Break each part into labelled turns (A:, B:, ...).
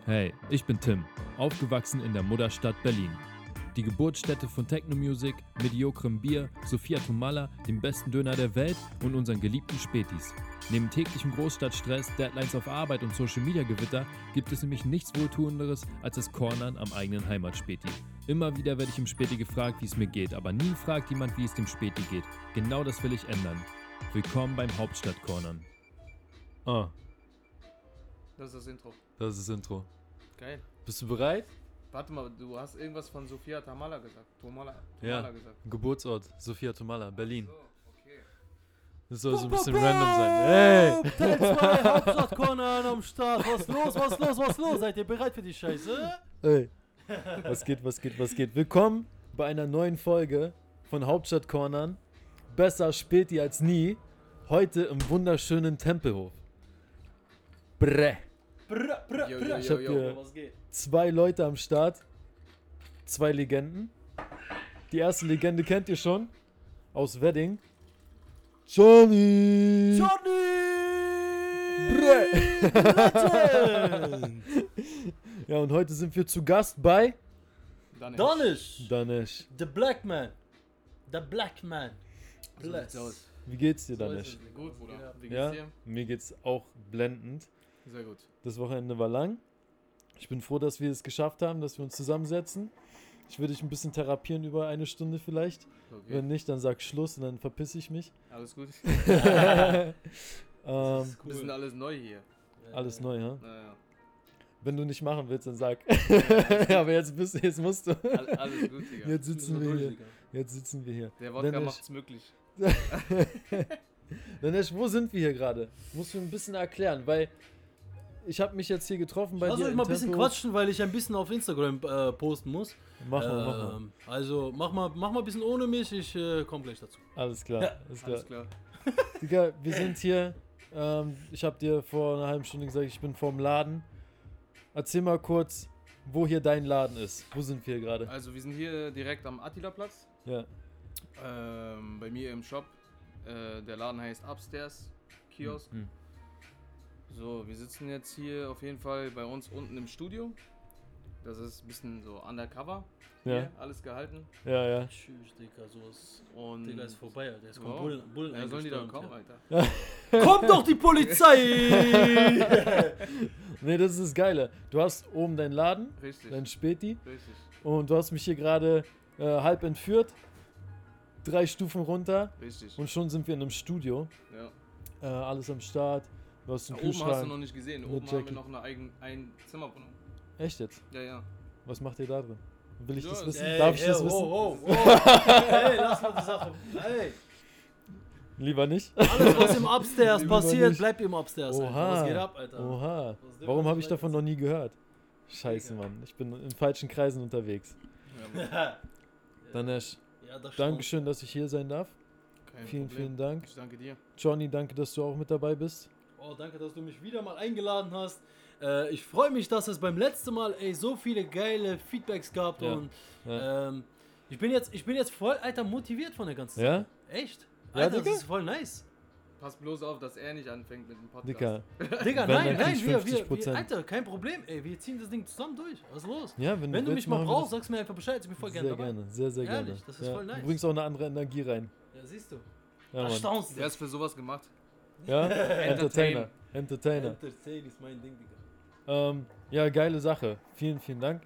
A: Hey, ich bin Tim, aufgewachsen in der Mutterstadt Berlin. Die Geburtsstätte von Techno-Music, mediokrem Bier, Sophia Tomalla, dem besten Döner der Welt und unseren geliebten Spätis. Neben täglichem Großstadtstress, Deadlines auf Arbeit und Social-Media-Gewitter gibt es nämlich nichts Wohltuenderes als das Cornern am eigenen Heimatspäti. Immer wieder werde ich im Späti gefragt, wie es mir geht, aber nie fragt jemand, wie es dem Späti geht. Genau das will ich ändern. Willkommen beim Hauptstadt-Cornern. Ah,
B: Das ist das Intro.
A: das ist das Intro.
B: Geil.
A: Bist du bereit?
B: Warte mal, du hast irgendwas von Sophia Tomalla gesagt. Tomalla
A: Ja.
B: gesagt.
A: Geburtsort, Sophia Tomalla, Berlin.
B: So, okay.
A: Das soll so ein bisschen random sein. Hey!
C: Teil 2, Hauptstadt-Corner am Start. Was los? Seid ihr bereit für die Scheiße?
A: Hey! Was geht? Willkommen bei einer neuen Folge von Hauptstadt Cornern. Besser Späti als nie. Heute im wunderschönen Tempelhof. Brä!
B: Yo.
A: Ich hab hier
C: Was geht?
A: 2 Leute am Start. 2 Legenden. Die erste Legende kennt ihr schon. Aus Wedding. Johnny!
C: Legend!
A: Ja, und heute sind wir zu Gast bei
C: Danish!
A: Danish.
C: The Black Man. The Black Man.
B: So sieht's aus.
A: Wie geht's dir,
C: So
A: Danish?
C: ist es.
B: Gut, Bruder. Wie geht's
A: Ja,
B: dir?
A: mir geht's auch blendend.
B: Sehr gut.
A: Das Wochenende war lang. Ich bin froh, dass wir es geschafft haben, dass wir uns zusammensetzen. Ich würde dich ein bisschen therapieren über 1 Stunde vielleicht.
B: Okay.
A: Wenn nicht, dann sag Schluss und dann verpiss ich mich.
B: Alles gut.
A: Ähm,
C: Das ist
B: Wir sind alles neu hier.
A: alles neu, ja?
B: Naja.
A: Wenn du nicht machen willst, dann sag. Aber jetzt musst du.
B: Alles gut, Digga.
A: Jetzt sitzen wir hier. Jetzt sitzen wir hier.
B: Der Wodka
A: Dennis.
B: macht's möglich.
A: Danish, wo sind wir hier gerade? Musst du ein bisschen erklären, weil ich habe mich jetzt hier getroffen bei
C: Lass
A: dir
C: euch
A: im
C: mal ein bisschen
A: Tempelhof.
C: quatschen, weil ich ein bisschen auf Instagram posten muss.
A: Mach mal.
C: Also mach mal ein bisschen ohne mich, ich komme gleich dazu.
A: Alles klar, alles klar.
B: Alles klar.
A: Digga, wir sind hier. Ich habe dir vor einer halben Stunde gesagt, ich bin vorm Laden. Erzähl mal kurz, wo hier dein Laden ist. Wo sind wir gerade?
B: Also wir sind hier direkt am Attila-Platz.
A: Ja.
B: Bei mir im Shop. Der Laden heißt Upstairs Kiosk.
A: Hm.
B: So, wir sitzen jetzt hier auf jeden Fall bei uns unten im Studio. Das ist ein bisschen so undercover.
A: Ja.
B: Hier, alles gehalten.
A: Ja.
C: Tschüss, Digga, so ist.
B: Und
C: Digga ist vorbei, Alter. Jetzt kommt
B: Ja.
C: Bullen
B: Ja, sollen die dann kommen,
C: eingestürmt,
B: Alter?
C: ja. Kommt doch die Polizei!
A: Nee, das ist das Geile. Du hast oben deinen Laden,
B: Richtig.
A: dein Späti,
B: Richtig.
A: und du hast mich hier gerade halb entführt. 3 Stufen runter
B: Richtig.
A: und schon sind wir in einem Studio.
B: Ja.
A: Alles am Start. Du hast
B: Da
A: einen
B: oben hast du
A: Kühlschrank.
B: noch nicht gesehen.
A: mit
B: Oben haben
A: Jackie.
B: wir noch eine Einzimmerwohnung.
A: Echt jetzt?
B: Ja.
A: Was macht ihr da drin? Will ich
B: Ja,
A: das wissen?
C: Ey,
A: Darf ich das
C: ey,
A: wissen?
C: Oh. Hey, lass mal die Sache. Hey,
A: Lieber nicht.
C: alles was im Upstairs
A: Lieber
C: passiert,
A: nicht.
C: bleibt im Upstairs, Alter.
A: Oha.
C: Was geht ab, Alter?
A: Oha.
C: Was der
A: Warum
C: was
A: habe ich
C: weiß
A: davon
C: jetzt?
A: noch nie gehört? Scheiße,
C: Digga.
A: Mann. Ich bin in falschen Kreisen unterwegs.
B: Ja,
A: Danesh,
C: Ja, das stimmt.
A: Dankeschön, dass ich hier sein darf.
B: kein
A: Vielen
B: Problem.
A: Dank.
B: Ich danke dir.
A: Johnny, danke, dass du auch mit dabei bist.
C: Oh, danke, dass du mich wieder mal eingeladen hast. Ich freue mich, dass es beim letzten Mal so viele geile Feedbacks gab
A: Ja.
C: und
A: Ja.
C: ich bin jetzt voll, Alter, motiviert von der ganzen
A: Ja?
C: Sache. Echt?
A: Ja,
C: Alter,
A: Digga?
C: das ist voll nice.
B: Pass bloß auf, dass er nicht anfängt mit dem Podcast.
A: Dicker.
C: Digga,
A: Wenn,
C: nein,
A: dann krieg ich
C: wir,
A: 50%.
C: Alter, kein Problem, ey, wir ziehen das Ding zusammen durch. Was ist los?
A: Ja, wenn
C: Wenn du
A: willst,
C: mich mal
A: machen wir
C: brauchst,
A: das
C: sagst du mir einfach Bescheid, ich bin voll gerne
A: sehr
C: dabei.
A: gerne. Sehr
C: Ehrlich,
A: gerne.
C: das ist voll nice.
A: Du bringst auch eine andere Energie rein.
C: Ja, siehst du.
A: Ja, Mann.
C: Erstaunst
B: Der ist für sowas gemacht.
A: Ja? Entertainer. Entertainer.
C: Entertain ist mein Ding, Digga.
A: Ja, geile Sache. Vielen Dank.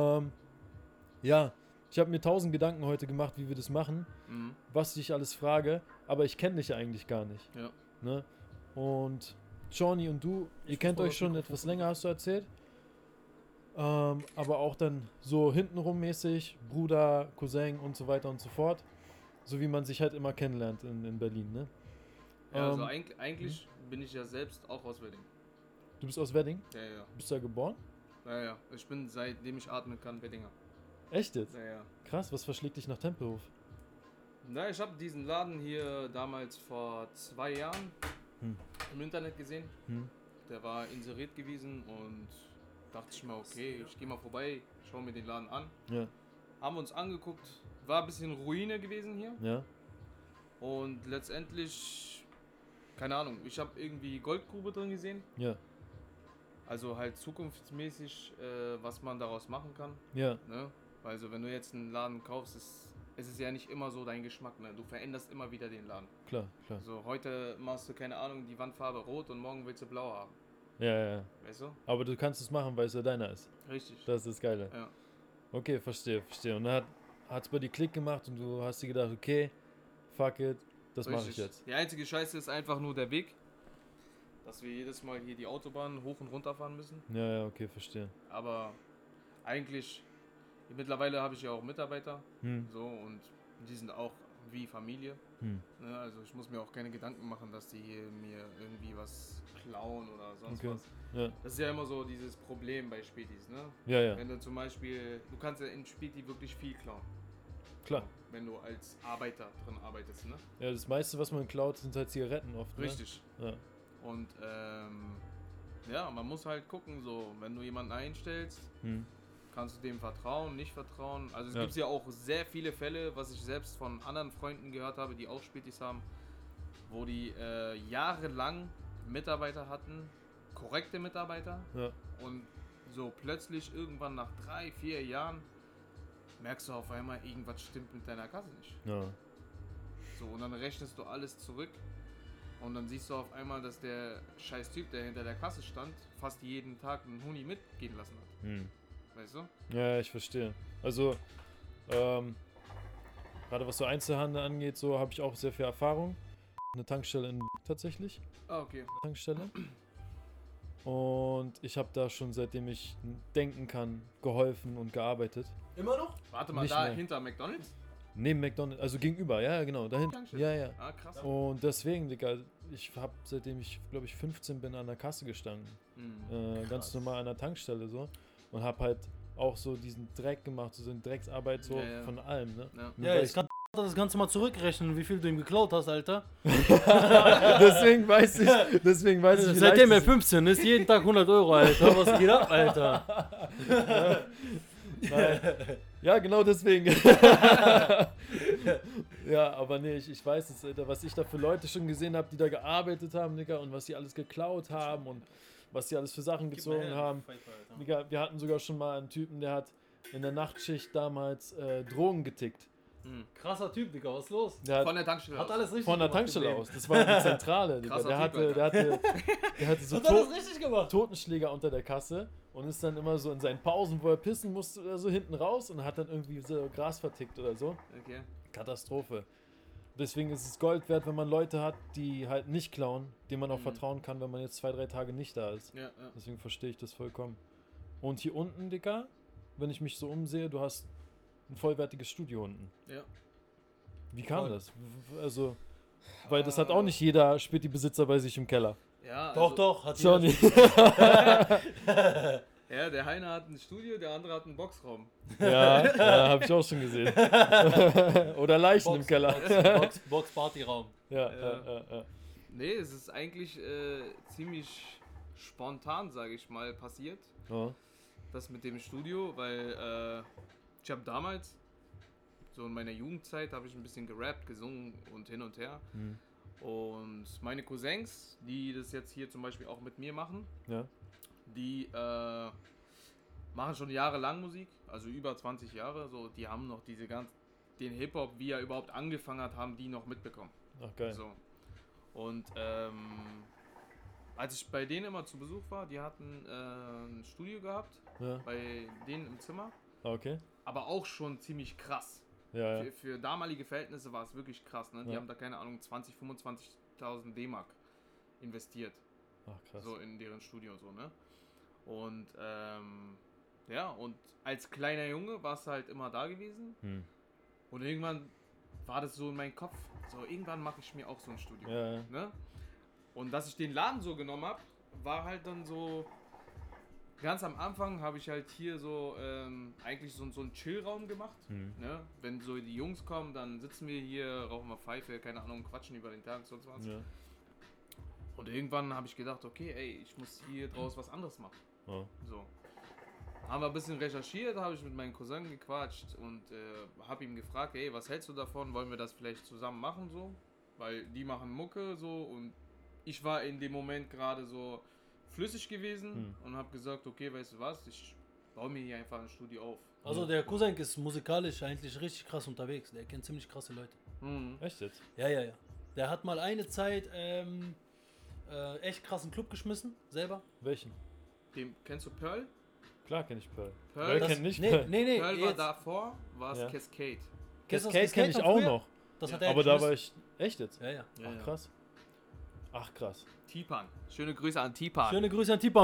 A: Ja, ich habe mir 1000 Gedanken heute gemacht, wie wir das machen,
B: Mhm.
A: was ich alles frage, aber ich kenne dich ja eigentlich gar nicht.
B: Ja.
A: Ne? Und Johnny und du, ihr
C: Ich
A: kennt
C: voll
A: euch
C: auf
A: schon
C: Mikrofon.
A: etwas länger, hast du erzählt. Aber auch dann so hintenrum mäßig, Bruder, Cousin und so weiter und so fort. So wie man sich halt immer kennenlernt in Berlin, ne?
B: Ja, also
A: Ähm,
B: eigentlich bin ich ja selbst auch aus Wedding.
A: Du bist aus Wedding?
B: Ja.
A: Bist du da geboren?
B: Ja. Ich bin seitdem ich atmen kann Weddinger.
A: Echt jetzt?
B: Ja.
A: Krass, was verschlägt dich nach Tempelhof?
B: Na, ich habe diesen Laden hier damals vor 2 Jahren im Internet gesehen.
A: Hm?
B: Der war inseriert gewesen und dachte ich mir, okay, ich gehe mal vorbei, schaue mir den Laden an.
A: Ja,
B: Haben wir uns angeguckt, war ein bisschen Ruine gewesen hier.
A: ja.
B: Und letztendlich, keine Ahnung, ich habe irgendwie Goldgrube drin gesehen.
A: Ja.
B: Also halt zukunftsmäßig, was man daraus machen kann.
A: Ja.
B: Ne? Also wenn du jetzt einen Laden kaufst, es ist ja nicht immer so dein Geschmack. Ne? Du veränderst immer wieder den Laden.
A: Klar.
B: So heute machst du, keine Ahnung, die Wandfarbe rot und morgen willst du blau haben.
A: Ja.
B: Weißt du?
A: Aber du kannst es machen, weil es ja deiner ist.
B: Richtig.
A: Das ist das Geile.
B: Ja.
A: Okay, verstehe. Und dann hat es bei dir Klick gemacht und du hast dir gedacht, okay, fuck it, das mache ich
B: Richtig.
A: jetzt.
B: Die einzige Scheiße ist einfach nur der Weg. Dass wir jedes Mal hier die Autobahn hoch und runter fahren müssen.
A: Ja, okay, verstehe.
B: Aber eigentlich, mittlerweile habe ich ja auch Mitarbeiter. So, und die sind auch wie Familie. Ne, also ich muss mir auch keine Gedanken machen, dass die hier mir irgendwie was klauen oder sonst was.
A: Ja.
B: Das ist ja immer so dieses Problem bei Spätis, ne?
A: Ja.
B: Wenn du zum Beispiel, du kannst ja in Späti wirklich viel klauen.
A: Klar.
B: Wenn du als Arbeiter drin arbeitest, ne?
A: Ja, das meiste, was man klaut, sind halt Zigaretten oft. Ne?
B: Richtig.
A: Ja.
B: Und ja, man muss halt gucken, so, wenn du jemanden einstellst, kannst du dem vertrauen, nicht vertrauen. Also es gibt ja auch sehr viele Fälle, was ich selbst von anderen Freunden gehört habe, die auch Spätis haben, wo die jahrelang Mitarbeiter hatten, korrekte Mitarbeiter, und so plötzlich irgendwann nach 3-4 Jahren merkst du auf einmal, irgendwas stimmt mit deiner Kasse nicht.
A: Ja.
B: So, und dann rechnest du alles zurück und dann siehst du auf einmal, dass der scheiß Typ, der hinter der Kasse stand, fast jeden Tag einen Huni mitgehen lassen hat. Weißt du?
A: Ja, ich verstehe. Also, gerade was so Einzelhandel angeht, so habe ich auch sehr viel Erfahrung. Eine Tankstelle tatsächlich.
B: Ah, okay.
A: Tankstelle. Und ich habe da schon, seitdem ich denken kann, geholfen und gearbeitet.
C: Immer noch?
B: Warte mal,
A: Nicht
B: da
A: mehr.
B: hinter McDonald's?
A: Neben McDonald's, also gegenüber, ja, genau, dahinter.
B: Tankstelle?
A: Ja.
B: Ah, krass.
A: Und deswegen, Digga, ich habe, seitdem ich, glaube ich, 15 bin, an der Kasse gestanden. Ganz normal an der Tankstelle so. Und habe halt auch so diesen Dreck gemacht, so eine Drecksarbeit so von allem, ne?
B: Ja.
A: Nur
C: Ja,
A: weil
C: jetzt kann das Ganze mal zurückrechnen, wie viel du ihm geklaut hast, Alter.
A: deswegen weiß ich, wie
C: Seitdem er
A: leicht
C: 15 ist, jeden Tag 100 Euro, Alter. Was geht ab, Alter?
A: Nein. Ja, genau deswegen. Ja, aber nee, ich weiß es, Alter, was ich da für Leute schon gesehen habe, die da gearbeitet haben, Digga, und was sie alles geklaut haben und was sie alles für Sachen gezogen haben. Digga, wir hatten sogar schon mal einen Typen, der hat in der Nachtschicht damals Drogen getickt.
C: Krasser Typ, Digga, was ist los?
A: Der
B: Von der Tankstelle
C: Hat
B: aus.
C: alles richtig
A: von der
C: gemacht,
A: Tankstelle
C: gesehen.
A: aus. Das war die Zentrale, Digga.
B: Krasser
A: Der
B: Typ,
A: hatte so
C: Hat alles richtig gemacht.
A: Totenschläger unter der Kasse und ist dann immer so in seinen Pausen, wo er pissen musste oder so, hinten raus und hat dann irgendwie so Gras vertickt oder so.
B: Okay.
A: Katastrophe. Deswegen ist es Gold wert, wenn man Leute hat, die halt nicht klauen, denen man auch vertrauen kann, wenn man jetzt 2-3 Tage nicht da ist.
B: Ja.
A: Deswegen verstehe ich das vollkommen. Und hier unten, Digga, wenn ich mich so umsehe, du hast ein vollwertiges Studio unten.
B: Ja.
A: Wie kam das? Also, weil das hat auch nicht jeder Späti-Besitzer bei sich im Keller.
B: Ja,
C: Doch, hat
A: Schon
C: jeder.
B: Ja, der eine hat ein Studio, der andere hat einen Boxraum.
A: Ja, habe ich auch schon gesehen. Oder Leichen im Keller.
C: Box-Party-Raum.
A: Ja.
B: Nee, es ist eigentlich ziemlich spontan, sage ich mal, passiert.
A: Ja.
B: Das mit dem Studio, weil ich habe damals, so in meiner Jugendzeit, habe ich ein bisschen gerappt, gesungen und hin und her. Und meine Cousins, die das jetzt hier zum Beispiel auch mit mir machen,
A: Ja.
B: die machen schon jahrelang Musik, also über 20 Jahre. So, die haben noch den Hip-Hop, wie er überhaupt angefangen hat, haben die noch mitbekommen.
A: Ach, geil.
B: So. Und als ich bei denen immer zu Besuch war, die hatten ein Studio gehabt,
A: Ja.
B: bei denen im Zimmer,
A: Okay.
B: aber auch schon ziemlich krass.
A: Ja.
B: Für damalige Verhältnisse war es wirklich krass. Ne? Die
A: Ja.
B: haben da, keine Ahnung, 20.000, 25.000 D-Mark investiert.
A: Ach, krass.
B: So in deren Studio so, ne? Und ja, und als kleiner Junge war es halt immer da gewesen. Und irgendwann war das so in meinem Kopf, so irgendwann mache ich mir auch so ein Studio.
A: Ja.
B: Ne? Und dass ich den Laden so genommen habe, war halt dann so, ganz am Anfang habe ich halt hier so eigentlich so einen Chillraum gemacht. Ne? Wenn so die Jungs kommen, dann sitzen wir hier, rauchen wir Pfeife, keine Ahnung, quatschen über den Tag, sonst was.
A: Ja.
B: Und irgendwann habe ich gedacht, okay, ey, ich muss hier draus was anderes machen.
A: Ja.
B: So. Haben wir ein bisschen recherchiert, habe ich mit meinem Cousin gequatscht und habe ihm gefragt, ey, was hältst du davon? Wollen wir das vielleicht zusammen machen so? Weil die machen Mucke so und ich war in dem Moment gerade so flüssig gewesen und habe gesagt, okay, weißt du was, ich baue mir hier einfach ein Studio auf.
C: Also der Cousin ist musikalisch eigentlich richtig krass unterwegs. Der kennt ziemlich krasse Leute.
A: Echt jetzt?
C: Ja. Der hat mal eine Zeit echt krassen Club geschmissen, selber.
A: Welchen?
B: Kennst du Pearl?
A: Klar kenne ich Pearl.
B: Pearl?
A: Wer kennt nicht
C: Nee,
A: Pearl?
B: Pearl war
C: jetzt.
B: davor, war es
A: Ja.
B: Cascade.
A: Cascade kenne ich
C: von
A: auch
C: früher?
A: noch.
C: Das hat
B: Ja.
C: er
A: Aber da
C: geschmissen.
A: war ich... Echt jetzt?
C: Ja.
A: Ach krass. Ach krass.
B: T-Pan. Schöne Grüße an T-Pan.
C: Schöne Grüße an T-Pain.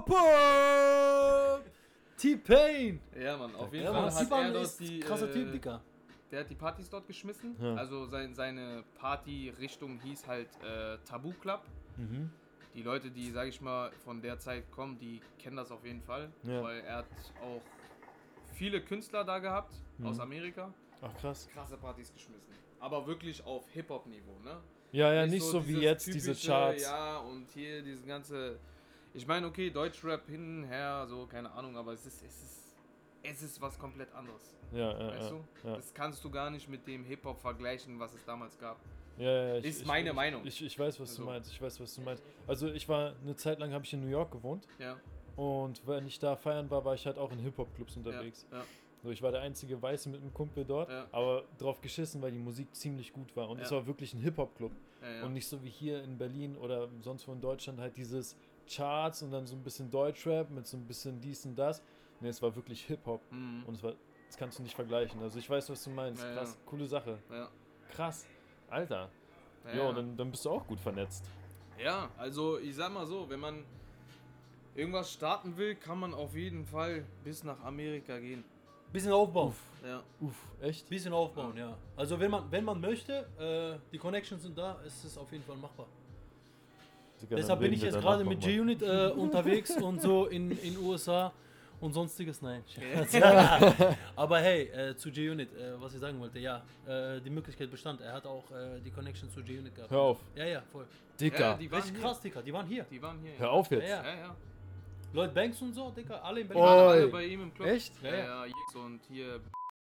C: T-Pain!
B: Ja, Mann, auf jeden
C: Ja,
B: Fall
C: Mann,
B: hat
C: T-Pain
B: er dort
C: ist
B: die...
C: krasser Typ, Dicker.
B: Der hat die Partys dort geschmissen.
A: Ja.
B: Also seine Party-Richtung hieß halt Tabu Club.
A: Mhm.
B: Die Leute, die, sag ich mal, von der Zeit kommen, die kennen das auf jeden Fall.
A: Ja.
B: Weil er hat auch viele Künstler da gehabt aus Amerika.
A: Ach krass.
B: Krasse Partys geschmissen. Aber wirklich auf Hip-Hop-Niveau, ne?
A: Ja, nicht so wie
B: dieses
A: jetzt diese
B: typische,
A: Charts.
B: Ja, und hier diese ganze... Ich meine, okay, Deutschrap hin, her, so, keine Ahnung, aber es ist was komplett anderes. Weißt du?
A: ja.
B: Das kannst du gar nicht mit dem Hip-Hop vergleichen, was es damals gab.
A: Ja,
B: Ist meine Meinung.
A: Ich weiß, was du
B: Also.
A: meinst. Ich weiß, was du meinst. Also ich war eine Zeit lang, habe ich in New York gewohnt.
B: Ja.
A: Und wenn ich da feiern war, war ich halt auch in Hip-Hop-Clubs unterwegs.
B: Ja.
A: So, ich war der einzige Weiße mit einem Kumpel dort,
B: Ja.
A: aber drauf geschissen, weil die Musik ziemlich gut war. Und es
B: Ja.
A: war wirklich ein Hip-Hop-Club.
B: Ja.
A: Und nicht so wie hier in Berlin oder sonst wo in Deutschland halt dieses Charts und dann so ein bisschen Deutschrap mit so ein bisschen dies und das. Ne, es war wirklich Hip-Hop.
B: Mhm.
A: Und das kannst du nicht vergleichen. Also ich weiß, was du meinst.
B: Ja,
A: Krass, coole Sache.
B: Ja.
A: Krass. Alter.
B: Ja,
A: Jo,
B: ja.
A: dann bist du auch gut vernetzt.
B: Ja, also ich sag mal so, wenn man irgendwas starten will, kann man auf jeden Fall bis nach Amerika gehen.
C: Bisschen aufbauen.
B: Ja.
A: Echt?
C: Bisschen aufbauen, ja. Also wenn man möchte, die Connections sind da, ist es auf jeden Fall machbar.
A: Digga,
C: Deshalb
A: dann
C: bin
A: reden
C: ich
A: wir
C: jetzt
A: danach
C: gerade mit
A: noch mal.
C: G-Unit unterwegs und so in USA und sonstiges. Nein. Aber hey, zu G-Unit, was ich sagen wollte, ja, die Möglichkeit bestand. Er hat auch die Connection zu G-Unit gehabt.
A: Hör auf.
C: Ja, voll.
A: Dicker.
B: Ja, die waren
C: Richtig
B: hier.
C: krass, Dicker, die waren hier.
B: Die waren hier.
A: Hör auf jetzt.
C: Ja.
B: Ja.
C: Lloyd Banks und so, Dicker, alle in
B: Die
C: Berlin.
B: waren alle
A: Oi.
B: bei ihm im Club.
A: Echt?
B: Ja, Jix und hier.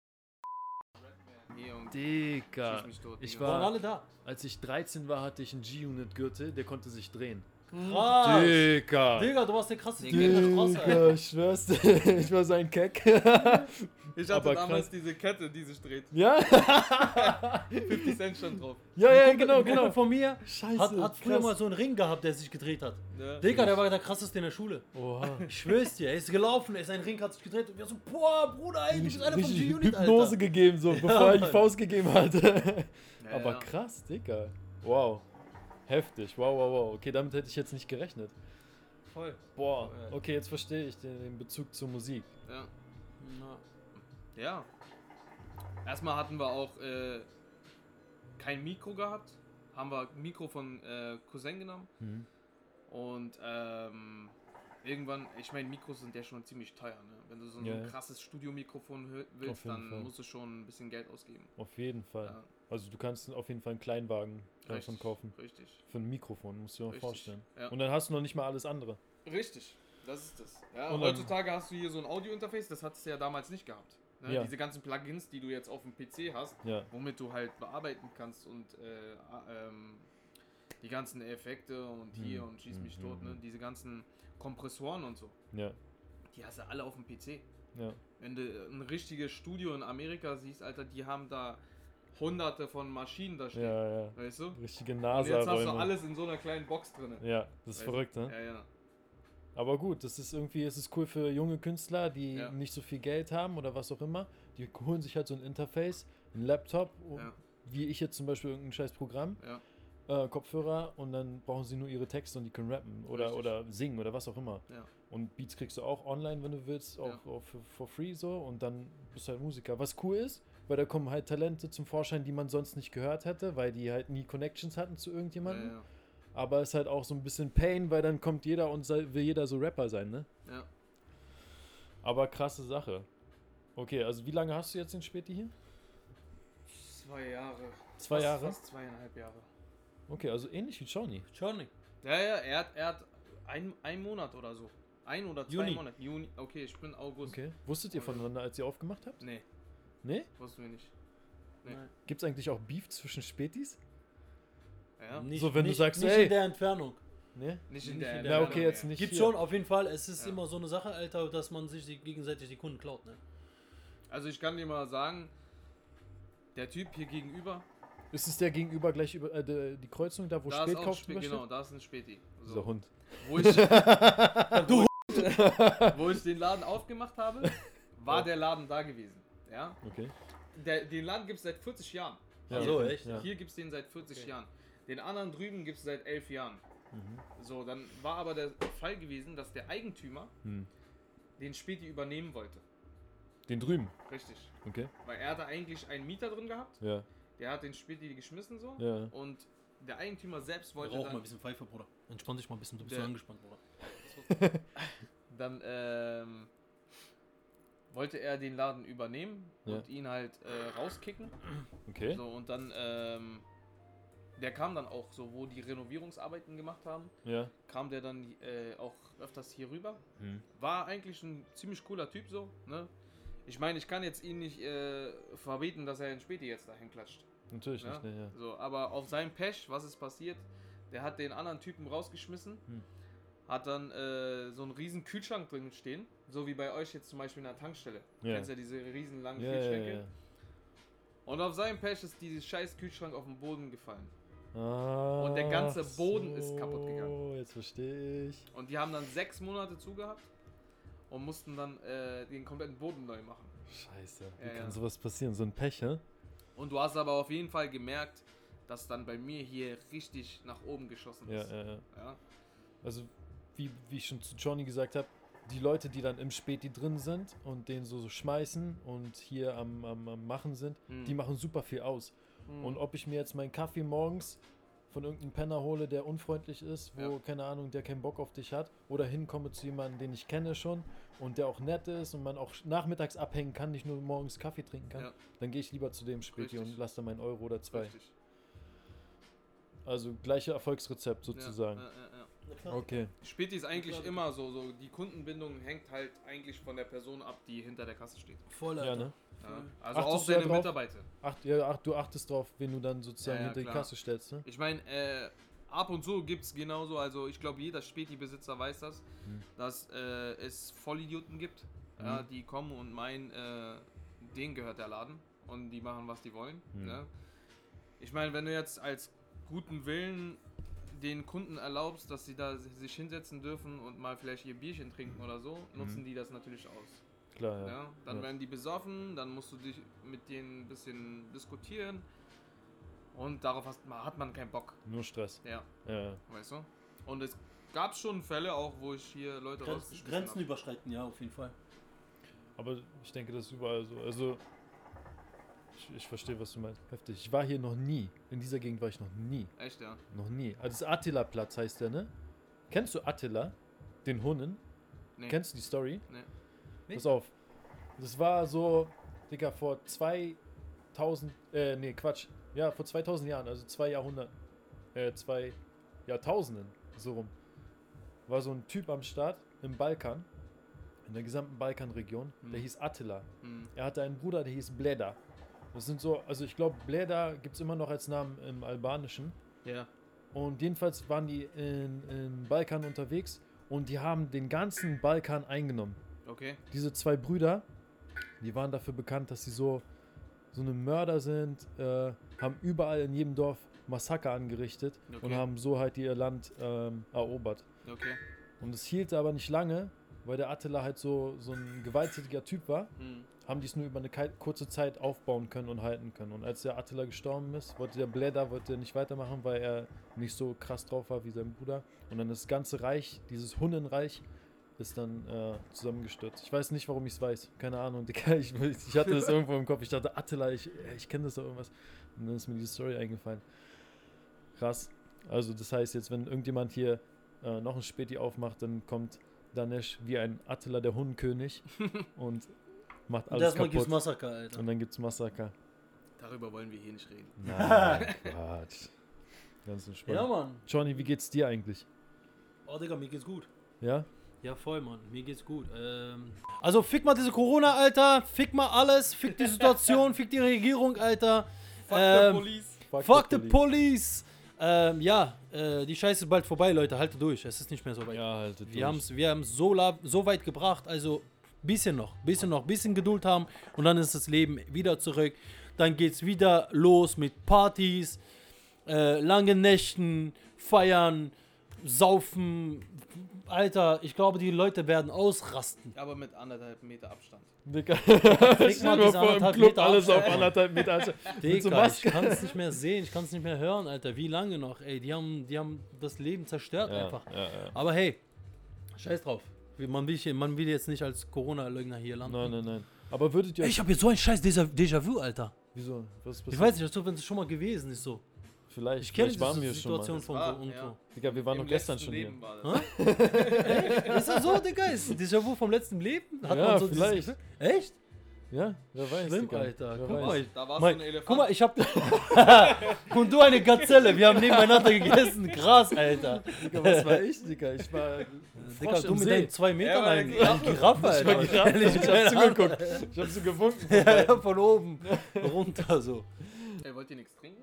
B: Hier und
A: Digga.
B: schieß mich tot.
A: Ich
B: Digga.
C: Waren
A: war,
C: alle da.
A: als ich 13 war, hatte ich einen G-Unit-Gürtel, der konnte sich drehen.
C: Krass.
A: Digga.
C: Digga, du warst der krasseste
B: Digga.
C: Typ in der Straße, Alter.
A: Digga, ich schwör's dir, ich war so ein Keck.
B: Ich hatte
A: Aber
B: damals
A: krass.
B: diese Kette, die sich dreht.
A: Ja?
B: 50 Cent stand drauf.
A: Ja,
C: Ein
A: genau,
C: Kumpel
A: genau.
C: von mir
A: Scheiße.
C: hat früher
A: krass.
C: mal so einen Ring gehabt, der sich gedreht hat.
B: Ja.
C: Digga, der war der krasseste in der Schule.
A: Oha.
C: Ich schwör's dir, er ist gelaufen, sein Ring hat sich gedreht und wir so, boah, Bruder, ey, du bist einer von
A: Richtig
C: G-Unit,
A: Hypnose
C: Alter.
A: gegeben, so, bevor er die
C: Mann.
A: Faust gegeben hatte.
B: Ja,
A: Aber
B: ja.
A: krass, Digga. Wow. Heftig. Wow. Okay, damit hätte ich jetzt nicht gerechnet.
C: Voll.
A: Boah.
C: Ja.
A: Okay, jetzt verstehe ich den Bezug zur Musik.
B: Ja.
C: Na,
B: Ja. Erstmal hatten wir auch kein Mikro gehabt. Haben wir ein Mikro von Cousin genommen.
A: Mhm.
B: Und irgendwann, ich meine, Mikros sind ja schon ziemlich teuer. Ne? Wenn du so ein
A: Ja, ja.
B: krasses Studiomikrofon willst,
A: Auf jeden
B: dann
A: Fall.
B: musst du schon ein bisschen Geld ausgeben.
A: Auf jeden Fall.
B: Ja,
A: Also du kannst auf jeden Fall einen Kleinwagen davon
B: richtig,
A: kaufen.
B: Richtig.
A: Für ein Mikrofon, musst du dir mal
B: Richtig,
A: vorstellen.
B: ja.
A: Und dann hast du noch nicht mal alles andere.
B: Richtig, das ist das. Ja,
A: Und dann-
B: heutzutage hast du hier so ein Audio-Interface, das hattest du ja damals nicht gehabt. Ne?
A: Ja.
B: Diese ganzen Plugins, die du jetzt auf dem PC hast,
A: Ja.
B: womit du halt bearbeiten kannst und die ganzen Effekte und hier und schieß mich tot, ne? Diese ganzen Kompressoren und so,
A: Ja.
B: die hast du alle auf dem PC.
A: Ja.
B: Wenn du ein richtiges Studio in Amerika siehst, Alter, die haben da hunderte von Maschinen da stehen,
A: Ja.
B: weißt du?
A: Richtige
B: Und jetzt hast du
A: NASA-Räume.
B: alles in so einer kleinen Box drin.
A: Ja, das ist verrückt, ne?
B: Ja.
A: Aber gut, das ist irgendwie, es ist cool für junge Künstler, die
B: Ja.
A: nicht so viel Geld haben oder was auch immer. Die holen sich halt so ein Interface, ein Laptop,
B: Ja.
A: wie ich jetzt zum Beispiel irgendein scheiß Programm, Kopfhörer und dann brauchen sie nur ihre Texte und die können rappen
B: Richtig.
A: oder singen oder was auch immer.
B: Ja.
A: Und Beats kriegst du auch online, wenn du willst, auch for free so und dann bist du halt Musiker. Was cool ist, weil da kommen halt Talente zum Vorschein, die man sonst nicht gehört hätte, weil die halt nie Connections hatten zu irgendjemandem.
B: Ja.
A: Aber es ist halt auch so ein bisschen Pain, weil dann kommt jeder und will jeder so Rapper sein, ne?
B: Ja.
A: Aber krasse Sache. Okay, also wie lange hast du jetzt den Späti hier?
B: 2 Jahre.
A: 2 Jahre?
B: Fast 2,5 Jahre.
A: Okay, also ähnlich wie Johnny.
C: Johnny.
B: Ja, er hat einen Monat oder so. 1 oder 2
C: Juni.
B: Monate. Juni. Okay, ich bin August.
A: Okay. Wusstet ihr voneinander, als ihr aufgemacht habt?
B: Nee,
A: Nee?
B: wussten wir nicht. Nee.
C: Nein.
A: Gibt's eigentlich auch Beef zwischen Spätis?
B: Ja.
C: Nicht,
A: So, wenn du
C: nicht,
A: sagst,
C: nicht
A: ey.
C: in der Entfernung.
D: Ne?
B: Nicht in der
D: Na, okay, jetzt nicht.
C: Gibt
D: hier.
C: schon, auf jeden Fall. Es ist immer so eine Sache, Alter, dass man sich gegenseitig die Kunden klaut, ne?
B: Also ich kann dir mal sagen, der Typ hier gegenüber,
D: Ist es der gegenüber gleich über die Kreuzung, da wo
B: da ist auch
D: Spätkauf drüber
B: genau,
D: steht?
B: da ist ein Späti. So.
D: Dieser Hund.
B: Wo ich den Laden aufgemacht habe, war der Laden da gewesen. Ja?
D: Okay.
B: Den Laden gibt es seit 40 Jahren.
D: Ja.
C: So, echt?
D: Ja.
B: Hier gibt es den seit 40 Jahren. Den anderen drüben gibt es seit 11 Jahren. So, dann war aber der Fall gewesen, dass der Eigentümer den Späti übernehmen wollte.
D: Den drüben.
B: Richtig.
D: Okay.
B: Weil er hatte eigentlich einen Mieter drin gehabt,
D: Ja.
B: der hat den Späti geschmissen so.
D: Ja.
B: Und der Eigentümer selbst wollte
C: Rauch mal ein
B: dann,
C: bisschen Pfeife, Bruder. Entspann dich mal ein bisschen, du bist so
B: Der-
C: angespannt, Bruder.
B: dann wollte er den Laden übernehmen
D: Ja.
B: und ihn halt rauskicken.
D: Okay.
B: So, und dann, der kam dann auch so, wo die Renovierungsarbeiten gemacht haben,
D: Ja.
B: kam der dann auch öfters hier rüber.
D: Hm.
B: War eigentlich ein ziemlich cooler Typ so, ne? Ich meine, ich kann jetzt ihn nicht verbieten, dass er in Späti jetzt dahin klatscht.
D: Natürlich
B: Ja?
D: nicht, ne, ja.
B: So, aber auf seinem Pech, was ist passiert? Der hat den anderen Typen rausgeschmissen, hat dann so einen riesen Kühlschrank drin stehen, so wie bei euch jetzt zum Beispiel in der Tankstelle.
D: Ja.
B: Kennst ja diese riesen langen
D: Ja,
B: Kühlschränke?
D: ja, ja.
B: Und auf seinem Pech ist dieses scheiß Kühlschrank auf den Boden gefallen.
D: Ah,
B: Und der ganze Boden ist kaputt gegangen.
D: Oh, jetzt verstehe ich.
B: Und die haben dann 6 Monate zugehabt und mussten dann den kompletten Boden neu machen.
D: Scheiße. Wie
B: Ja,
D: kann
B: ja.
D: sowas passieren? So ein Pech, hä?
B: Und du hast aber auf jeden Fall gemerkt, dass dann bei mir hier richtig nach oben geschossen
D: Ja,
B: ist.
D: ja, ja.
B: Ja.
D: Also, wie ich schon zu Johnny gesagt habe, die Leute, die dann im Späti drin sind und den so schmeißen und hier am Machen sind, die machen super viel aus. Und ob ich mir jetzt meinen Kaffee morgens von irgendeinem Penner hole, der unfreundlich ist, wo, keine Ahnung, der keinen Bock auf dich hat, oder hinkomme zu jemandem, den ich kenne schon und der auch nett ist und man auch nachmittags abhängen kann, nicht nur morgens Kaffee trinken kann,
B: Ja.
D: dann gehe ich lieber zu dem Späti
B: Richtig.
D: und lasse dann meinen Euro oder 2.
B: Richtig.
D: Also gleiche Erfolgsrezept sozusagen.
B: Ja.
C: Na klar.
D: Okay.
B: Späti ist eigentlich immer so, die Kundenbindung hängt halt eigentlich von der Person ab, die hinter der Kasse steht.
C: Voll, Alter.
D: Ja, ne?
B: Ja. Also
D: Achtest
B: auch
D: du da
B: deine
D: drauf?
B: Mitarbeiter.
D: Du achtest drauf, wen du dann sozusagen
B: Ja, ja,
D: hinter die
B: klar.
D: Kasse stellst, ne?
B: Ich meine, ab und zu gibt es genauso, also ich glaube jeder Späti-Besitzer weiß das, dass es Vollidioten gibt, ja, die kommen und meinen, denen gehört der Laden und die machen, was die wollen. Ne? Ich meine, wenn du jetzt als guten Willen den Kunden erlaubst, dass sie da sich hinsetzen dürfen und mal vielleicht ihr Bierchen trinken oder so, nutzen die das natürlich aus.
D: Klar, ja.
B: Ja? Dann
D: Ja.
B: werden die besoffen, dann musst du dich mit denen ein bisschen diskutieren und darauf hat man keinen Bock.
D: Nur Stress.
B: Ja.
D: Ja.
B: Weißt du? Und es gab schon Fälle auch, wo ich hier Leute rausgeschmissen
C: Grenzen
B: habe.
C: überschreiten, ja, auf jeden Fall.
D: Aber ich denke, das ist überall so. Also, ich verstehe, was du meinst. Heftig. Ich war hier noch nie. In dieser Gegend war ich noch nie.
B: Echt, ja.
D: Noch nie. Also, das Attila-Platz heißt der, ne? Kennst du Attila? Den Hunnen?
B: Nee.
D: Kennst du die Story?
B: Nee.
C: Nee.
D: Pass auf. Das war so, Digga, vor 2000, Ja, vor 2000 Jahren, also 2 Jahrtausenden, so rum. War so ein Typ am Start im Balkan, in der gesamten Balkanregion, der hieß Attila. Er hatte einen Bruder, der hieß Bleda. Das sind so, also ich glaube, Bleda gibt es immer noch als Namen im Albanischen.
B: Ja.
D: Und jedenfalls waren die im Balkan unterwegs und die haben den ganzen Balkan eingenommen.
B: Okay.
D: Diese 2 Brüder, die waren dafür bekannt, dass sie so eine Mörder sind, haben überall in jedem Dorf Massaker angerichtet und
B: Okay.
D: haben so halt ihr Land erobert.
B: Okay.
D: Und es hielt aber nicht lange, weil der Attila halt so ein gewalttätiger Typ war, haben die es nur über eine kurze Zeit aufbauen können und halten können. Und als der Attila gestorben ist, wollte der Bleda nicht weitermachen, weil er nicht so krass drauf war wie sein Bruder. Und dann das ganze Reich, dieses Hunnenreich, ist dann zusammengestürzt. Ich weiß nicht, warum ich es weiß. Keine Ahnung, Digga. Ich hatte das irgendwo im Kopf. Ich dachte, Attila, ich kenne das doch irgendwas. Und dann ist mir die Story eingefallen. Krass. Also das heißt jetzt, wenn irgendjemand hier noch ein Späti aufmacht, dann kommt Danesh wie ein Attila, der Hundenkönig und macht
C: Und
D: alles
C: erstmal gibt's
D: kaputt.
C: Massaker, Alter.
D: Und dann gibt's Massaker.
B: Darüber wollen wir hier nicht reden.
D: Nein, Quatsch. Ganz entspannt.
C: Ja, Mann.
D: Johnny, wie geht's dir eigentlich?
C: Oh, Digga, mir geht's gut.
D: Ja?
C: Ja, voll, Mann. Mir geht's gut. Also, fick mal diese Corona, Alter. Fick mal alles. Fick die Situation. Fick die Regierung, Alter.
B: Fuck the police.
C: Fuck the police. Die Scheiße ist bald vorbei, Leute. Haltet durch. Es ist nicht mehr so weit.
D: Ja, haltet
C: Wir haben es so weit gebracht. Also bisschen Geduld haben und dann ist das Leben wieder zurück. Dann geht's wieder los mit Partys, langen Nächten, Feiern, Saufen. Alter, ich glaube, die Leute werden ausrasten.
B: Aber mit 1,5 Meter Abstand.
D: Digga,
C: Krieg mal diese
D: vor im
C: 1,5
D: Club
C: Meter
D: alles auf
C: Abstand.
D: 1,5 Meter Abstand. Mit so
C: Digga, ich
D: Maske.
C: kann es nicht mehr sehen, ich kann es nicht mehr hören, Alter. Wie lange noch? Ey, die haben das Leben zerstört einfach.
D: Ja.
C: Aber hey, scheiß drauf. Man will jetzt nicht als Corona-Leugner hier landen.
D: Nein. Aber würdet ihr...
C: Ey, ich habe jetzt so ein scheiß Déjà-vu, Alter.
D: Wieso? Was
C: Ich weiß nicht, als ob es schon mal gewesen ist so.
D: Vielleicht
C: Ich kenne
D: waren wir
C: diese
D: schon mal.
C: Situation von
B: Das war,
C: so und
B: ja.
C: so.
D: Digga, wir waren
B: Im
D: doch gestern
B: letzten
D: schon hier.
B: Leben war das.
C: Ist das so, Digga? Ist Déjà-vu vom letzten Leben? Hat
D: Ja,
C: man so dieses
D: vielleicht.
C: Gefühl? Echt?
D: Ja, wer weiß,
C: Schlimm,
D: Digga.
C: Alter.
D: Wer
C: Guck
D: weiß.
C: mal,
B: Da war so
C: mein,
B: ein Elefant.
C: guck mal, ich hab... Und du eine Gazelle, wir haben nebeneinander gegessen. Krass, Alter.
D: Digga, was war ich, Digga? Ich war
C: Digga,
D: Frosch
C: du
D: im
C: mit
D: See.
C: deinen 2 Metern,
B: war
C: ein
B: eine
C: Giraffe,
D: Ich war
C: Alter.
D: gerade, ich hab
C: Keine
D: zugeguckt. Ich hab so gewunken.
C: Ja, von oben runter so.
B: Ey, wollt ihr nichts trinken?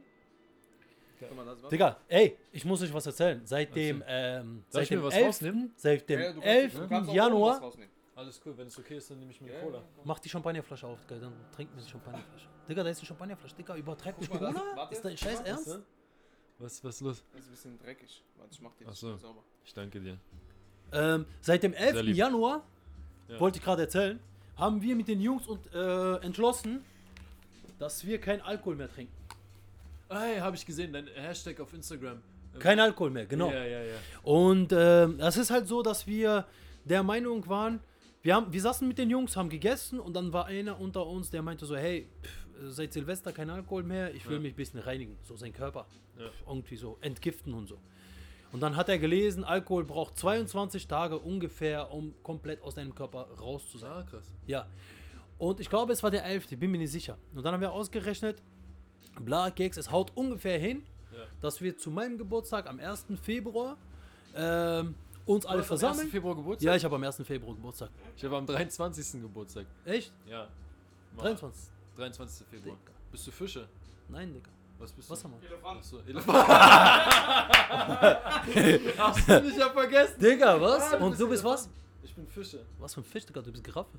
B: Guck mal, das was?
C: Digga, ey, ich muss euch was erzählen. Seit dem,
D: Soll
C: seit
D: ich mir
C: dem
D: was
C: 11.
D: rausnehmen?
C: Seit dem
B: Ja, du
C: 11.
B: kannst auch oben was
C: Januar.
B: rausnehmen.
D: Alles cool, wenn es okay ist, dann nehme ich mir
B: Ja,
D: Cola.
C: Mach die Champagnerflasche auf, Digga, dann trinken wir die Champagnerflasche. Digga, da ist eine Champagnerflasche. Digga, übertreib nicht
B: Guck mal,
C: Corona?
B: warte.
C: Ist dein Scheiß
B: Warte.
C: ernst?
D: Was ist los?
B: Das ist ein bisschen dreckig. Warte, ich mach die
D: Ach so.
B: sauber.
D: Ich danke dir.
C: Seit dem 11.
D: lieb.
C: Januar,
D: Ja.
C: wollte ich gerade erzählen, haben wir mit den Jungs entschlossen, dass wir kein Alkohol mehr trinken.
D: Hey, habe ich gesehen, dein Hashtag auf Instagram.
C: Kein Alkohol mehr, genau.
D: Ja.
C: Und das ist halt so, dass wir der Meinung waren, wir saßen mit den Jungs, haben gegessen und dann war einer unter uns, der meinte so, hey, seit Silvester kein Alkohol mehr, ich will mich ein bisschen reinigen, so sein Körper,
D: Ja.
C: irgendwie so entgiften und so. Und dann hat er gelesen, Alkohol braucht 22 Tage ungefähr, um komplett aus deinem Körper raus zu sein.
D: Ah, krass.
C: Ja. Und ich glaube, es war der 11., bin mir nicht sicher. Und dann haben wir ausgerechnet, bla, Keks, es haut ungefähr hin,
D: Ja.
C: dass wir zu meinem Geburtstag am 1. Februar uns alle
D: Du hast am 1.
C: versammeln.
D: Februar Geburtstag?
C: Ja, ich habe am 1. Februar Geburtstag.
D: Ich habe am 23. Geburtstag.
C: Echt?
D: Ja.
C: 23.
D: 23. Februar.
C: Digga.
D: Bist du Fische?
C: Nein, Digga.
D: Was bist du?
C: Wassermann.
B: Elefant.
D: Achso, Elefant. Hast du mich ja vergessen?
C: Digga, was?
D: Ja, du
C: Und
D: bist
C: du bist was?
D: Ich bin Fische.
C: Was für ein Fisch, Digga? Du bist Giraffe.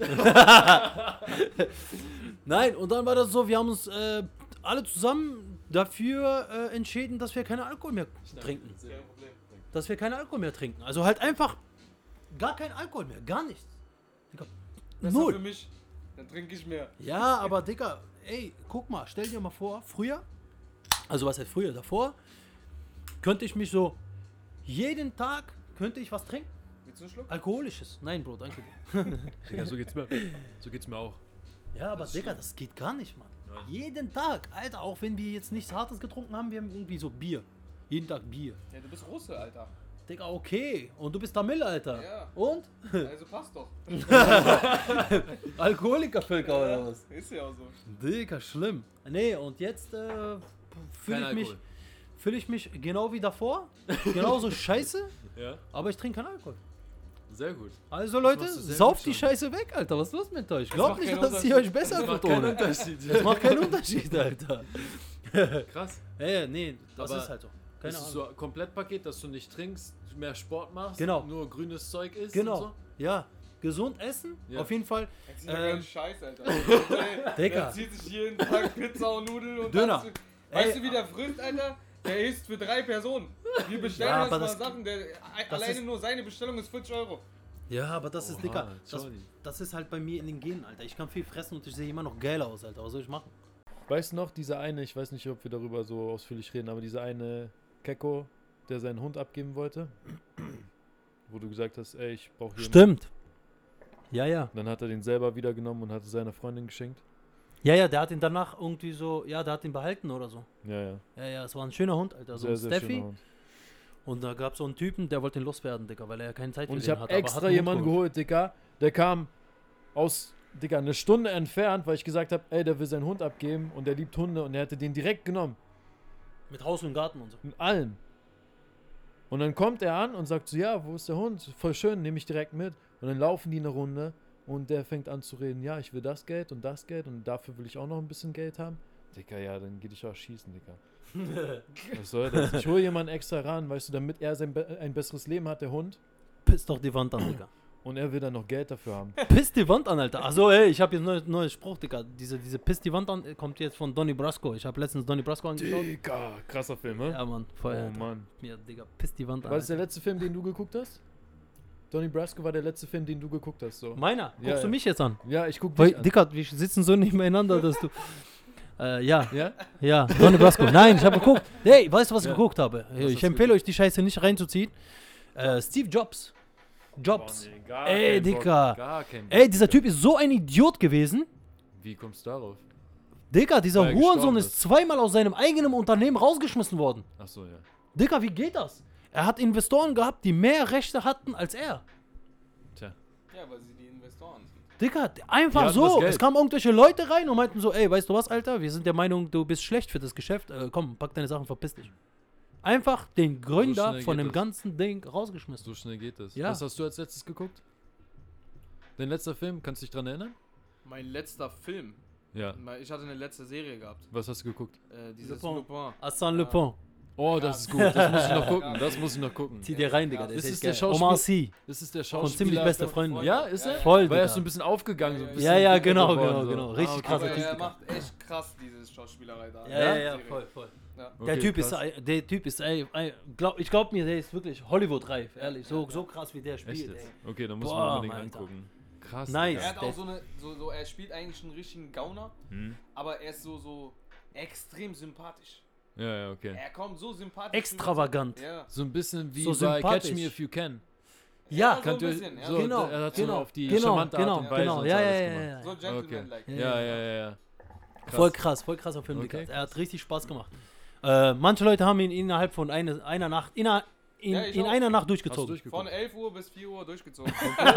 C: Nein, und dann war das so, wir haben uns alle zusammen dafür entschieden, dass wir keinen Alkohol mehr trinken.
B: Kein Problem.
C: Dass wir keinen Alkohol mehr trinken. Also halt einfach gar kein Alkohol mehr, gar nichts. Digga,
B: Besser für
C: null.
B: mich. Dann trinke ich mehr.
C: Ja, aber Digga, ey, guck mal, stell dir mal vor, früher, also was heißt früher, davor, könnte ich mich so, jeden Tag könnte ich was trinken.
B: Willst du einen Schluck?
C: Alkoholisches. Nein, Bro, danke dir.
D: Digga, so geht's mir auch.
C: Ja, aber Digga, das geht gar nicht, Mann.
D: Nein.
C: Jeden Tag, Alter, auch wenn wir jetzt nichts Hartes getrunken haben, wir haben irgendwie so Bier. Jeden Tag Bier.
B: Ja, du bist Russe, Alter.
C: Digga, okay. Und du bist Tamil, Alter.
B: Ja.
C: Und?
B: Also passt doch.
C: Alkoholikervölker oder was?
B: Ist ja auch so.
C: Digga, schlimm. Nee, und jetzt fühle ich mich genau wie davor. Genauso scheiße,
D: Ja,
C: aber ich trinke keinen Alkohol.
D: sehr gut.
C: Also Leute,
D: machst du sehr
C: sauft
D: gut
C: die
D: schon.
C: Scheiße weg, Alter. Was ist los mit euch? Glaubt
B: macht
C: nicht,
B: keinen
C: dass ihr euch
B: Unterschied.
C: besser
D: Das macht
C: fühlt
D: keinen
C: ohne.
D: Unterschied.
C: Das macht keinen Unterschied, Alter.
D: Krass.
C: Nee, das
D: Aber
C: ist halt so. Keine
D: Das ist
C: Ahnung.
D: so ein Komplettpaket, dass du nicht trinkst, mehr Sport machst,
C: Genau.
D: nur grünes Zeug isst
C: Genau.
D: und so.
C: Ja, gesund essen,
D: Ja.
C: auf jeden Fall.
B: Jetzt ist ja kein Scheiß, Alter.
C: Digga.
B: Der zieht sich jeden Tag Pizza und Nudeln und
C: Döner.
B: alles. Weißt
C: Ey.
B: du, wie der frisst, Alter? Der isst für 3 Personen. Wir bestellen
C: Ja,
B: uns
C: aber
B: mal
C: das-
B: Sachen.
C: das
B: Alleine
C: ist-
B: nur seine Bestellung ist 40 Euro.
C: Ja, aber das ist,
D: Oha,
C: Dicker,
D: Johnny.
C: das ist halt bei mir in den Genen, Alter. Ich kann viel fressen und ich sehe immer noch geil aus, Alter. Was soll ich machen?
D: Weißt du noch, dieser eine, ich weiß nicht, ob wir darüber so ausführlich reden, aber dieser eine Kecko, der seinen Hund abgeben wollte, wo du gesagt hast, ey, ich brauche hier...
C: Stimmt. Ja.
D: Dann hat er den selber wieder genommen und hat es seiner Freundin geschenkt.
C: Ja, der hat ihn danach irgendwie so, ja, der hat ihn behalten oder so.
D: Ja.
C: Ja, es war ein schöner Hund, Alter. So
D: Sehr,
C: ein
D: sehr
C: Steffi.
D: schöner Hund.
C: Und da gab es so einen Typen, der wollte ihn loswerden, Digga, weil er keine Zeit für
D: Und ich
C: den
D: habe
C: hat. aber hat
D: extra
C: einen Hund
D: jemanden geholt, Digga, der kam aus, Digga, eine Stunde entfernt, weil ich gesagt habe, ey, der will seinen Hund abgeben und der liebt Hunde und er hätte den direkt genommen.
C: Mit Haus und Garten und so.
D: Mit allem. Und dann kommt er an und sagt so, ja, wo ist der Hund? Voll schön, nehme ich direkt mit. Und dann laufen die eine Runde und der fängt an zu reden, ja, ich will das Geld und dafür will ich auch noch ein bisschen Geld haben. Digga, ja, dann geh dich auch schießen, Digga. Was soll das? Ich hole jemanden extra ran, weißt du, damit er ein besseres Leben hat, der Hund.
C: Piss doch die Wand an, Digga.
D: Und er will dann noch Geld dafür haben.
C: Piss die Wand an, Alter. Achso, ey, ich habe jetzt neues Spruch, Digga. Diese Piss die Wand an kommt jetzt von Donnie Brasco. Ich habe letztens Donnie Brasco angeschaut.
D: Digga, krasser Film, ne?
C: Ja, Mann, voll.
D: Oh,
C: Alter.
D: Mann.
C: Ja, Digga, piss die Wand an.
D: Was ist der letzte Film, den du geguckt hast? Donnie Brasco war der letzte Film, den du geguckt hast, so.
C: Meiner?
D: Ja,
C: Guckst du
D: ja.
C: mich jetzt an?
D: Ja, ich guck
C: Weil,
D: dich an.
C: Digga, wir sitzen so nebeneinander, dass du... Ja,
D: Ja?
C: Donnie Brasco. Nein, ich habe geguckt. Hey, weißt du, was ich
D: Ja.
C: geguckt habe?
D: hast
C: Ich
D: du
C: empfehle euch, die Scheiße nicht reinzuziehen. Steve Jobs. Jobs.
D: Oh, nee, gar
C: Ey,
D: kein Bock,
C: Digga.
D: Gar kein Bock,
C: Ey, dieser
D: Digga.
C: Typ ist so ein Idiot gewesen.
D: Wie kommst du darauf?
C: Digga, dieser
D: Weil er
C: Hurensohn
D: gestorben
C: ist
D: ist.
C: zweimal aus seinem eigenen Unternehmen rausgeschmissen worden.
D: Achso, ja.
C: Digga, wie geht das? Er hat Investoren gehabt, die mehr Rechte hatten als er.
D: Tja.
B: Ja, weil sie die Investoren sind.
C: Digga,
D: Die
C: einfach
D: hatten das
C: so.
D: Geld.
C: Es kamen irgendwelche Leute rein und meinten so, ey, weißt du was, Alter, wir sind der Meinung, du bist schlecht für das Geschäft. Komm, pack deine Sachen, verpiss dich. Einfach den Gründer
D: schnell
C: von
D: geht
C: dem
D: das.
C: ganzen Ding rausgeschmissen.
D: So schnell geht das.
C: Ja.
D: Was hast du als letztes geguckt? Dein letzter Film? Kannst du dich dran erinnern?
B: Mein letzter Film.
D: Ja.
B: Ich hatte eine letzte Serie gehabt.
D: Was hast du geguckt?
B: Dieses
C: Lupin.
B: Lupin.
C: Arsène
B: Ja.
C: Lupin.
D: Oh, das ist gut. Das muss ich noch gucken. Das muss ich noch gucken.
C: Zieh dir rein, Digga.
B: Ja.
C: Das
D: Ist
C: ist
D: es der
C: geil.
D: Schauspieler-
C: Omar Sy.
D: Das ist der
C: Von
D: Schauspieler.
C: ziemlich beste Freunde.
D: Ja, ist er?
C: Voll,
D: Weil er
C: Digga.
D: ist so ein bisschen aufgegangen. So ein
B: Ja,
D: bisschen
C: ja, ja,
D: dicker
C: genau,
D: geworden,
C: genau,
D: so.
C: genau. Richtig
D: okay.
C: krasser
B: Aber
C: Typ.
B: er macht echt krass diese Schauspielerei da.
C: Ja,
B: Serie.
C: voll.
B: Ja.
C: Der
D: Okay,
C: Typ
D: krass.
C: der Typ ist, ey, ich glaub mir, der ist wirklich Hollywood-reif, ehrlich. So krass wie der
D: Echt
C: spielt,
D: jetzt?
C: ey.
D: Okay, dann muss
C: Boah,
D: man unbedingt
C: Alter.
D: angucken. Krass.
C: Nice.
D: Digga.
B: Er hat auch so er spielt eigentlich einen richtigen Gauner,
D: Hm.
B: aber er ist so extrem sympathisch.
D: Ja, ja, okay.
B: Er kommt so sympathisch.
C: Extravagant.
B: Ja.
D: So ein bisschen wie
C: So
D: bei Catch
C: sympathisch.
D: Me If You Can.
C: Ja,
B: so ein
D: Könnt ihr,
B: bisschen, ja.
D: so,
C: Genau,
D: er hat so
C: genau,
D: auf die
C: genau,
D: charmante Art und Weise
C: genau,
D: und
C: ja,
D: so
C: ja,
D: alles
C: ja,
D: gemacht.
C: ja,
B: So
C: ja.
B: Gentleman-like.
D: Ja, ja.
C: Voll krasser Film,
D: Okay,
C: Digga. Er hat richtig Spaß gemacht. Manche Leute haben ihn innerhalb von einer Nacht, in
B: Ja, ich auch.
C: einer Nacht
D: Hast du
C: durchgezogen.
D: durchgeguckt?
B: Von 11 Uhr bis 4 Uhr durchgezogen.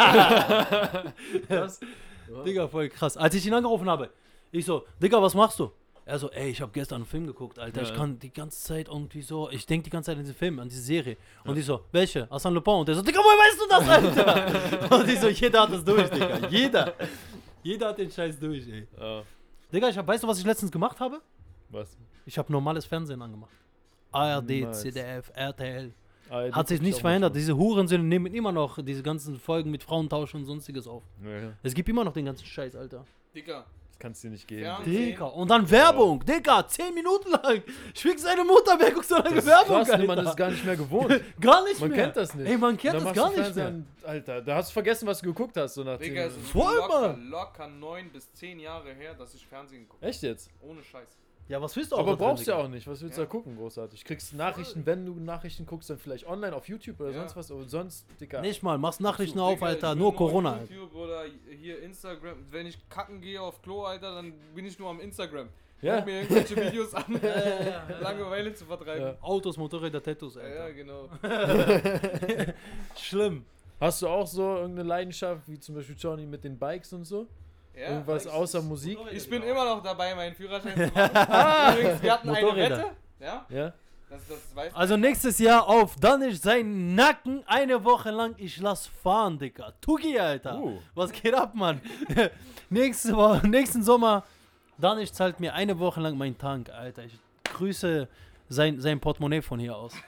D: Das?
C: Digga, voll krass. Als ich ihn angerufen habe, ich so, Digga, was machst du? Er so, ey, ich habe gestern einen Film geguckt, Alter.
D: Ja.
C: Ich kann die ganze Zeit irgendwie so, ich denke die ganze Zeit an diesen Film, an diese Serie. Und ich so, welche? Arsène Lupin. Und der so, Digga, woher weißt du das, Alter? Und ich so, jeder hat das durch, Digga. Jeder hat den Scheiß durch, ey.
D: Ja.
C: Digga, weißt du, was ich letztens gemacht habe?
D: Was?
C: Ich habe normales Fernsehen angemacht. ARD,
D: Nice.
C: CDF, RTL.
D: Ah,
C: Hat sich nichts verändert. Diese Hurensöhne nehmen immer noch diese ganzen Folgen mit Frauentausch und sonstiges auf.
D: Ja,
C: Es gibt immer noch den ganzen Scheiß, Alter.
B: Dicker.
D: das kannst du dir nicht geben.
B: Ja.
C: Digga, und dann Werbung, Digga, 10 Minuten lang. Schwieg seine Mutter, wer guckt so lange
D: Das ist
C: Werbung,
D: krass, ne?
C: Alter.
D: Man ist gar nicht mehr gewohnt.
C: Gar nicht
D: Man
C: mehr.
D: kennt das nicht.
C: Ey, man kennt
D: Dann
C: das
D: machst
C: gar
D: du
C: nicht mehr.
D: Fernsehen an, Alter, da hast du vergessen, was du geguckt hast. So nach
B: Digga,
D: 10
B: es ist
C: Voll, Mann.
B: locker 9 bis 10 Jahre her, dass ich Fernsehen gucke.
D: Echt jetzt?
B: Ohne Scheiß.
C: Ja, was willst du auch
D: Aber
C: da drin,
D: brauchst du ja
C: Digga?
D: auch nicht. Was willst
B: Ja.
D: du da gucken, großartig? Kriegst Nachrichten, wenn du Nachrichten guckst, dann vielleicht online auf YouTube oder
B: Ja.
D: sonst was. Aber sonst, Digga.
C: Nicht mal, machst Nachrichten
B: So,
C: auf,
B: Digga,
C: Alter,
B: ich
C: nur
B: bin
C: Corona.
B: auf YouTube oder hier Instagram. Wenn ich kacken gehe auf Klo, Alter, dann bin ich nur am Instagram.
D: Ja.
B: Guck mir irgendwelche Videos an, Langeweile zu vertreiben.
D: Ja.
C: Autos, Motorräder, Tattoos,
B: Ja,
C: Alter.
B: genau.
C: Schlimm.
D: Hast du auch so irgendeine Leidenschaft, wie zum Beispiel Johnny mit den Bikes und so?
B: Ja,
D: Irgendwas außer Musik?
B: Ich bin immer noch dabei, meinen Führerschein zu machen. Übrigens, wir hatten eine
C: Motorräder.
B: Wette. Ja,
D: Ja?
B: das weiß
C: Also nächstes Jahr auf Danish seinen Nacken eine Woche lang, ich lass fahren, Digga. Tugi, Alter. Was geht ab, Mann? Nächsten Sommer, Danish zahlt mir eine Woche lang meinen Tank, Alter. Ich grüße sein Portemonnaie von hier aus.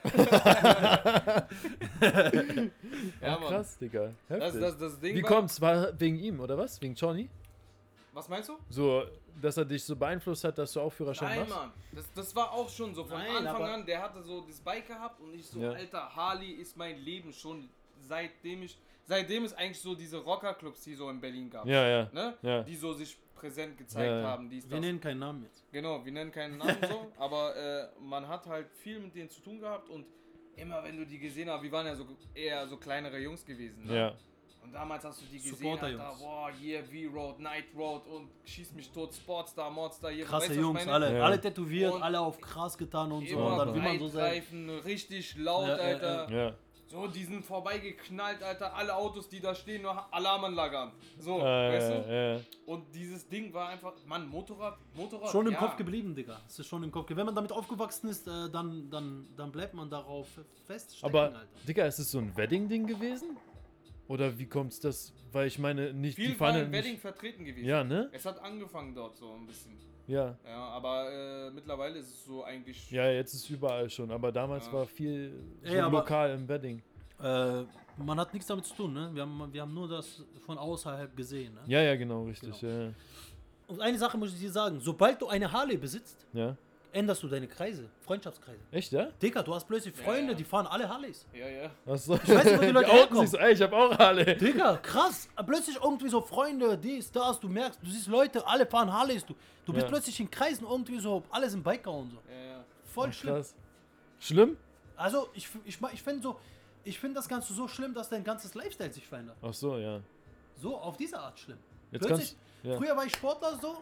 B: Ja, Mann.
D: Krass, Digga. Heftig.
B: Das Ding
D: Wie
B: war-
D: kommt's? War wegen ihm, oder was? Wegen Johnny?
B: Was meinst du?
D: So, dass er dich so beeinflusst hat, dass du auch Führerschein
B: Nein,
D: machst?
B: Mann. Das war auch schon so von
C: Nein,
B: Anfang
C: aber-
B: an. Der hatte so das Bike gehabt und ich so,
D: Ja.
B: Alter, Harley ist mein Leben schon seitdem es eigentlich so diese Rockerclubs hier so in Berlin gab.
D: Ja, ja.
B: Ne?
D: Ja.
B: Die so sich präsent gezeigt
D: Ja, ja.
B: haben. Dies,
C: Wir
B: das.
C: nennen keinen Namen jetzt.
B: Genau, wir nennen keinen Namen so, aber man hat halt viel mit denen zu tun gehabt und immer wenn du die gesehen hast, wir waren ja so eher so kleinere Jungs gewesen. Ne?
D: Ja.
B: Und damals hast du die gesehen,
C: Supporter-Jungs.
B: Alter, boah, hier V-Road, Night Road und Schieß mich tot, Sportstar, Mordstar, hier.
C: Krasse
B: weißt du, was
C: Jungs,
B: ich meine?
C: alle,
D: Ja.
C: alle tätowiert,
B: Und
C: alle auf krass getan und so.
B: Immer
C: Und dann, wie man so sagt.
B: Breitreifen, richtig laut,
C: Ja,
B: Alter.
D: Ja.
B: So, die sind vorbeigeknallt, Alter. Alle Autos, die da stehen, nur Alarmanlage an. So, weißt du?
D: Ja.
B: Und dieses Ding war einfach, Mann, Motorrad.
C: Schon im
B: ja.
C: Kopf geblieben, Digga. Es ist schon im Kopf. Wenn man damit aufgewachsen ist, dann bleibt man darauf feststecken,
D: Aber,
C: Alter.
D: Digga, ist es so ein Wedding-Ding gewesen? Oder wie kommt's das? Weil ich meine, nicht
B: Viel
D: die
B: war
D: Pfanne
B: im
D: nicht.
B: Wedding vertreten gewesen.
D: Ja, ne?
B: Es hat angefangen dort so ein bisschen.
D: Ja.
B: Ja, aber mittlerweile ist es so eigentlich...
D: Ja, jetzt ist überall schon, aber damals
B: Ja.
D: war viel so
C: Ey, aber-
D: lokal im Wedding.
C: Man hat nichts damit zu tun, ne? Wir haben nur das von außerhalb gesehen, ne?
D: Ja, genau, richtig.
C: Genau. Und eine Sache muss ich dir sagen, sobald du eine Harley besitzt,
D: Ja.
C: änderst du deine Kreise, Freundschaftskreise.
D: Echt, ja?
C: Digga, du hast plötzlich Freunde,
B: Ja.
C: die fahren alle Harleys.
B: Ja.
D: Achso.
C: Ich weiß nicht, wo die Leute
D: outen
C: herkommen.
D: sich so, ey, ich hab auch alle.
C: Digga, krass. Plötzlich irgendwie so Freunde, dies, das, du merkst, du siehst Leute, alle fahren Harleys. Du bist
D: Ja.
C: plötzlich in Kreisen irgendwie so, alles im Biker und so.
B: Ja.
C: Voll schlimm.
D: Krass. Schlimm?
C: Also, ich finde das Ganze so schlimm, dass dein ganzes Lifestyle sich verändert.
D: Ach so, ja.
C: So, auf diese Art schlimm.
D: Jetzt
C: Plötzlich,
D: kannst ja.
C: früher war ich Sportler so,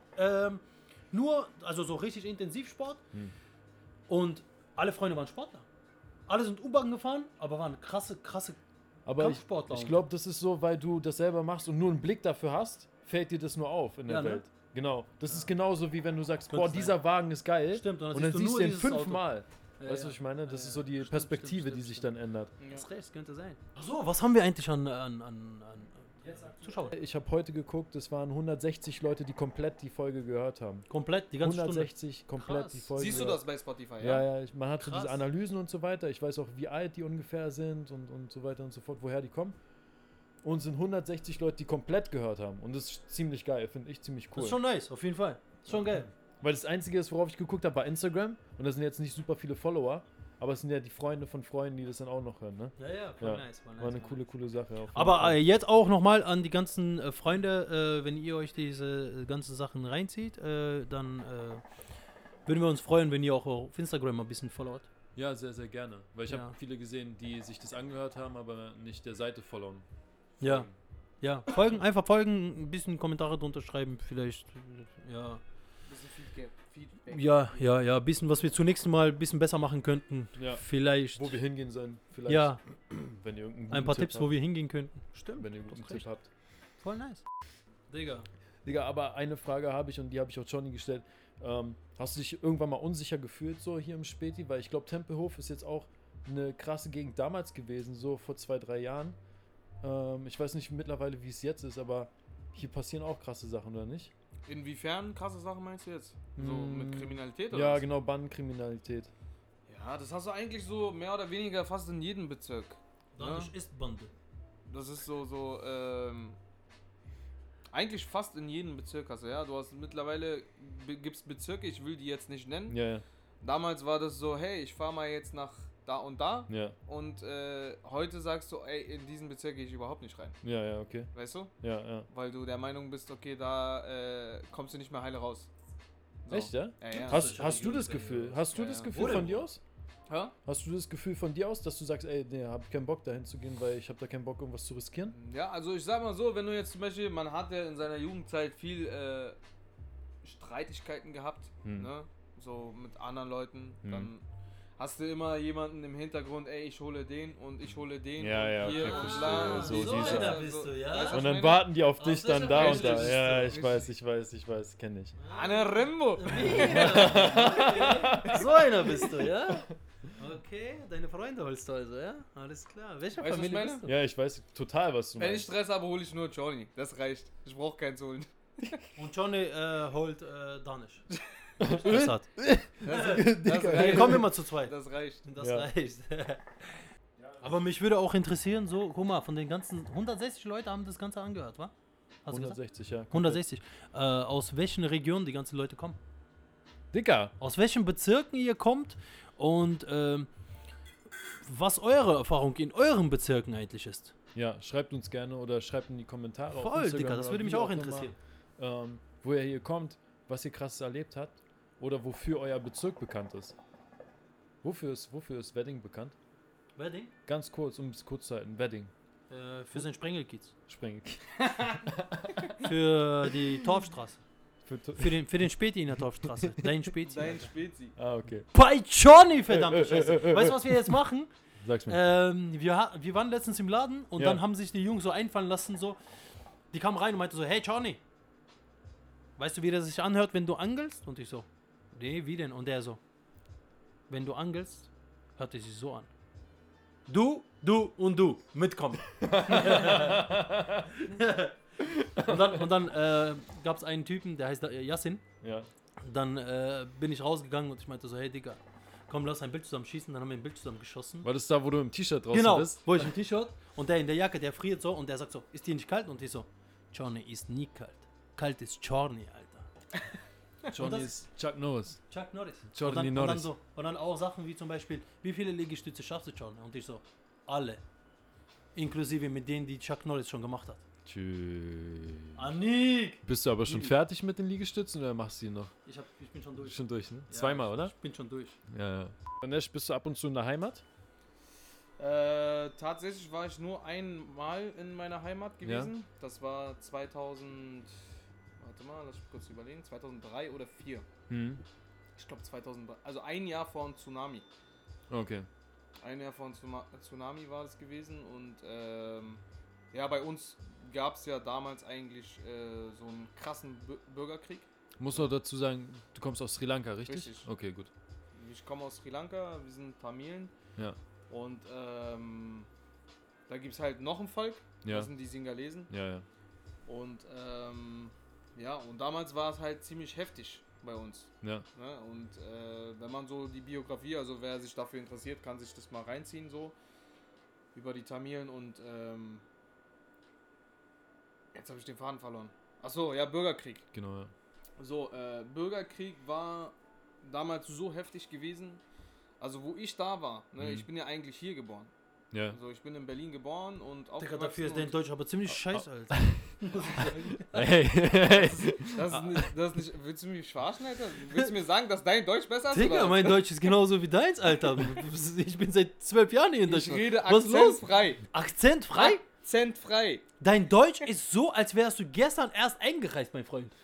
C: also so richtig Intensivsport. Und alle Freunde waren Sportler. Alle sind U-Bahn gefahren, aber waren krasse
D: Aber
C: Kampfsportler.
D: ich glaube, das ist so, weil du das selber machst und nur einen Blick dafür hast, fällt dir das nur auf in der
C: Ja, ne?
D: Welt. Genau. Das ist genauso wie wenn du sagst,
C: Könnte
D: boah,
C: sein.
D: dieser Wagen ist geil.
C: Stimmt,
D: Und dann siehst du den 5
C: Auto.
D: Mal.
C: Ja,
D: Weißt du,
C: ja.
D: was ich meine? Das
C: Ja,
D: ist so die
C: stimmt,
D: Perspektive,
C: stimmt,
D: die sich
C: stimmt.
D: dann ändert.
C: Das recht, könnte sein. Achso, was haben wir eigentlich an Zuschauern?
D: Ich habe heute geguckt, es waren 160 Leute, die komplett die Folge gehört haben.
C: Komplett, die ganze
D: 160 komplett
C: Krass.
D: die Folge.
B: Siehst du
D: gehört.
B: das bei Spotify,
D: Ja, man hat so
C: Krass.
D: diese Analysen und so weiter. Ich weiß auch, wie alt die ungefähr sind und so weiter und so fort, woher die kommen. Und es sind 160 Leute, die komplett gehört haben. Und das ist ziemlich geil, finde ich ziemlich
C: Das
D: cool.
C: ist schon nice, auf jeden Fall. Ist schon geil.
D: Weil das Einzige ist, worauf ich geguckt habe, war Instagram. Und da sind jetzt nicht super viele Follower. Aber es sind ja die Freunde von Freunden, die das dann auch noch hören, ne?
C: Ja,
D: Ja.
C: nice.
D: War eine coole Sache. auf jeden
C: Aber
D: Fall.
C: jetzt auch nochmal an die ganzen Freunde, wenn ihr euch diese ganzen Sachen reinzieht, dann würden wir uns freuen, wenn ihr auch auf Instagram ein bisschen followt.
A: Ja, sehr, sehr gerne. Weil ich
C: Ja.
A: habe viele gesehen, die sich das angehört haben, aber nicht der Seite followen.
C: Ja. Ja, einfach folgen, ein bisschen Kommentare drunter schreiben, vielleicht, ja.
B: Bisschen Feedback.
C: Ja, ein bisschen, was wir zunächst mal ein bisschen besser machen könnten.
D: Ja.
C: Vielleicht.
D: Wo wir hingehen sollen, vielleicht.
C: Ja,
D: Wenn ihr irgendeinen
C: ein paar
D: guten
C: Tipps,
D: Tipp
C: wo
D: habt.
C: wir hingehen könnten. Stimmt.
D: Wenn ihr einen guten Tipp habt.
C: Voll nice. Digga.
D: Digga, aber eine Frage habe ich und die habe ich auch Johnny gestellt. Hast du dich irgendwann mal unsicher gefühlt, so hier im Späti? Weil ich glaube, Tempelhof ist jetzt auch eine krasse Gegend damals gewesen, so vor 2-3 Jahren. Ich weiß nicht mittlerweile, wie es jetzt ist, aber hier passieren auch krasse Sachen, oder nicht?
B: Inwiefern krasse Sachen meinst du jetzt? So
D: Mm,
B: mit Kriminalität oder
D: Ja,
B: was?
D: genau, Bandenkriminalität.
B: Ja, das hast du eigentlich so mehr oder weniger fast in jedem Bezirk.
C: Danisch ist Bande.
B: Das ist so, eigentlich fast in jedem Bezirk hast du, ja. Du hast mittlerweile, gibt's Bezirke, ich will die jetzt nicht nennen.
D: Ja,
B: Damals war das so, hey, ich fahre mal jetzt nach da und da.
D: ja,
B: Und heute sagst du, ey, in diesen Bezirk gehe ich überhaupt nicht rein.
D: ja, okay.
B: Weißt du?
D: Ja.
B: Weil du der Meinung bist, okay, da kommst du nicht mehr heile raus. So.
D: Echt, ja?
B: Ja.
D: Hast du das Gefühl? Hast du
B: Ja,
D: das
B: ja.
D: Gefühl
C: Wo denn?
D: von dir aus?
B: Hä?
D: Hast du das Gefühl von dir aus, dass du sagst, ey, nee, hab keinen Bock dahin zu gehen, weil ich hab da keinen Bock, irgendwas zu riskieren?
B: Ja, also ich sag mal so, wenn du jetzt zum Beispiel, man hat ja in seiner Jugendzeit viel Streitigkeiten gehabt, ne? So mit anderen Leuten, dann hast du immer jemanden im Hintergrund, ey, ich hole den und ich hole den
D: Ja,
B: und
D: okay,
B: hier und
D: verstehe.
B: bla.
D: So
B: und
D: dieser-
C: einer bist du, ja?
B: Weißt du, was
D: Und
B: ich
D: dann
B: meine?
D: warten die auf
C: Aus
D: dich dann
C: welcher
D: da und
B: Richtung
D: da.
B: bist
D: Ja,
B: du?
D: ich weiß, kenne ich.
B: Eine Rimbo!
C: So einer bist du, ja? Okay, deine Freunde holst du also, ja? Alles klar. Welcher
B: Weißt du, was ich
C: Familie
B: meine?
C: bist du?
D: Ja, ich weiß total, was du
B: Wenn ich
D: meinst.
B: Stress habe, hole ich nur Johnny. Das reicht. Ich brauche keinen zu holen.
C: Und Johnny holt Danisch. Das hat.
B: Das
C: Wir
B: reicht.
C: kommen immer zu zweit.
B: Das reicht.
C: Das
D: Ja.
C: reicht. Aber mich würde auch interessieren, so, guck mal, von den ganzen 160 Leute haben das Ganze angehört, wa? Hast du gesagt?
D: 160, ja.
C: 160. Aus welchen Regionen die ganzen Leute kommen?
D: Dicker.
C: Aus welchen Bezirken ihr kommt und was eure Erfahrung in euren Bezirken eigentlich ist.
D: Ja, schreibt uns gerne oder schreibt in die Kommentare. auf
C: Voll,
D: Instagram
C: Dicker, das
D: oder
C: würde mich
D: wie
C: auch
D: immer,
C: interessieren.
D: wo ihr hier kommt, was ihr krasses erlebt habt oder wofür euer Bezirk bekannt ist. Wofür ist Wedding bekannt?
C: Wedding?
D: Ganz kurz, um es kurz zu halten. Wedding.
C: Für sein Sprengelkiez.
D: Spreng.
C: Für die Torfstraße. Für den Späti in der Torfstraße. Dein Späti.
B: Dein Spezi.
D: Ah, okay.
C: Bei Johnny, verdammte Scheiße. Weißt du, was wir jetzt machen?
D: Sag's mir.
C: Wir waren letztens im Laden und
D: Ja.
C: dann haben sich die Jungs so einfallen lassen, so. Die kamen rein und meinte so, hey Johnny, weißt du, wie das sich anhört, wenn du angelst? Und ich so, nee, wie denn? Und der so, wenn du angelst, hört es sich so an. Du und du mitkommen. und dann gab es einen Typen, der heißt Yassin.
D: Ja.
C: Dann bin ich rausgegangen und ich meinte so, hey Digga, komm, lass ein Bild zusammen schießen. Dann haben wir ein Bild zusammen geschossen.
D: War das da, wo du im T-Shirt draußen
C: Genau,
D: bist?
C: wo ich im T-Shirt und der in der Jacke, der friert so und der sagt so, ist dir nicht kalt? Und ich so, Johnny ist nie kalt. Kalt ist Johnny, Alter.
D: Johnny ist Chuck Norris.
C: Chuck Norris.
D: Johnny
C: und dann
D: Norris.
C: so, und dann auch Sachen wie zum Beispiel, wie viele Liegestütze schaffst du schon? Und ich so, alle. Inklusive mit denen, die Chuck Norris schon gemacht hat.
D: Tschüss.
C: Anik!
D: Bist du aber schon fertig mit den Liegestützen oder machst du die noch?
C: Ich bin schon durch.
D: Schon durch, ne?
C: Ja,
D: Zweimal, oder?
C: Ich bin schon durch.
D: Ja. Ganesh, bist du ab und zu in der Heimat?
B: Tatsächlich war ich nur einmal in meiner Heimat gewesen. Das war 2000. Warte mal, lass mich kurz überlegen. 2003 oder 2004. Ich glaube 2003. Also ein Jahr vor dem Tsunami.
D: Okay.
B: Ein Jahr vor dem Tsunami war das gewesen. Und ja, bei uns gab es ja damals eigentlich so einen krassen Bürgerkrieg.
D: Muss noch dazu sagen, du kommst aus Sri Lanka, richtig?
B: Richtig.
D: Okay, gut.
B: Ich komme aus Sri Lanka, wir sind Tamilen.
D: Ja.
B: Und da gibt es halt noch ein Volk,
D: Ja.
B: das sind die Singalesen.
D: Ja.
B: Und ja, und damals war es halt ziemlich heftig bei uns.
D: Ja.
B: Ne? Und wenn man so die Biografie, also wer sich dafür interessiert, kann sich das mal reinziehen, so über die Tamilen. Und jetzt habe ich den Faden verloren. Achso, ja, Bürgerkrieg.
D: Genau, ja.
B: So, Bürgerkrieg war damals so heftig gewesen. Also wo ich da war, ne, ich bin ja eigentlich hier geboren.
D: Ja.
B: Also ich bin in Berlin geboren und
C: Digga,
B: aufgewachsen.
C: dafür ist dein Deutsch aber ziemlich scheiße, Alter.
D: Hey.
B: Das ist nicht, willst du mich verarschen, Alter? Willst du mir sagen, dass dein Deutsch besser ist?
C: Digga,
B: oder?
C: mein Deutsch ist genauso wie deins, Alter. Ich bin seit 12 Jahren hier in
B: Ich
C: Deutschland.
B: rede
C: Was ist los?
B: akzentfrei.
C: Akzentfrei?
B: Akzentfrei.
C: Dein Deutsch ist so, als wärst du gestern erst eingereist, mein Freund.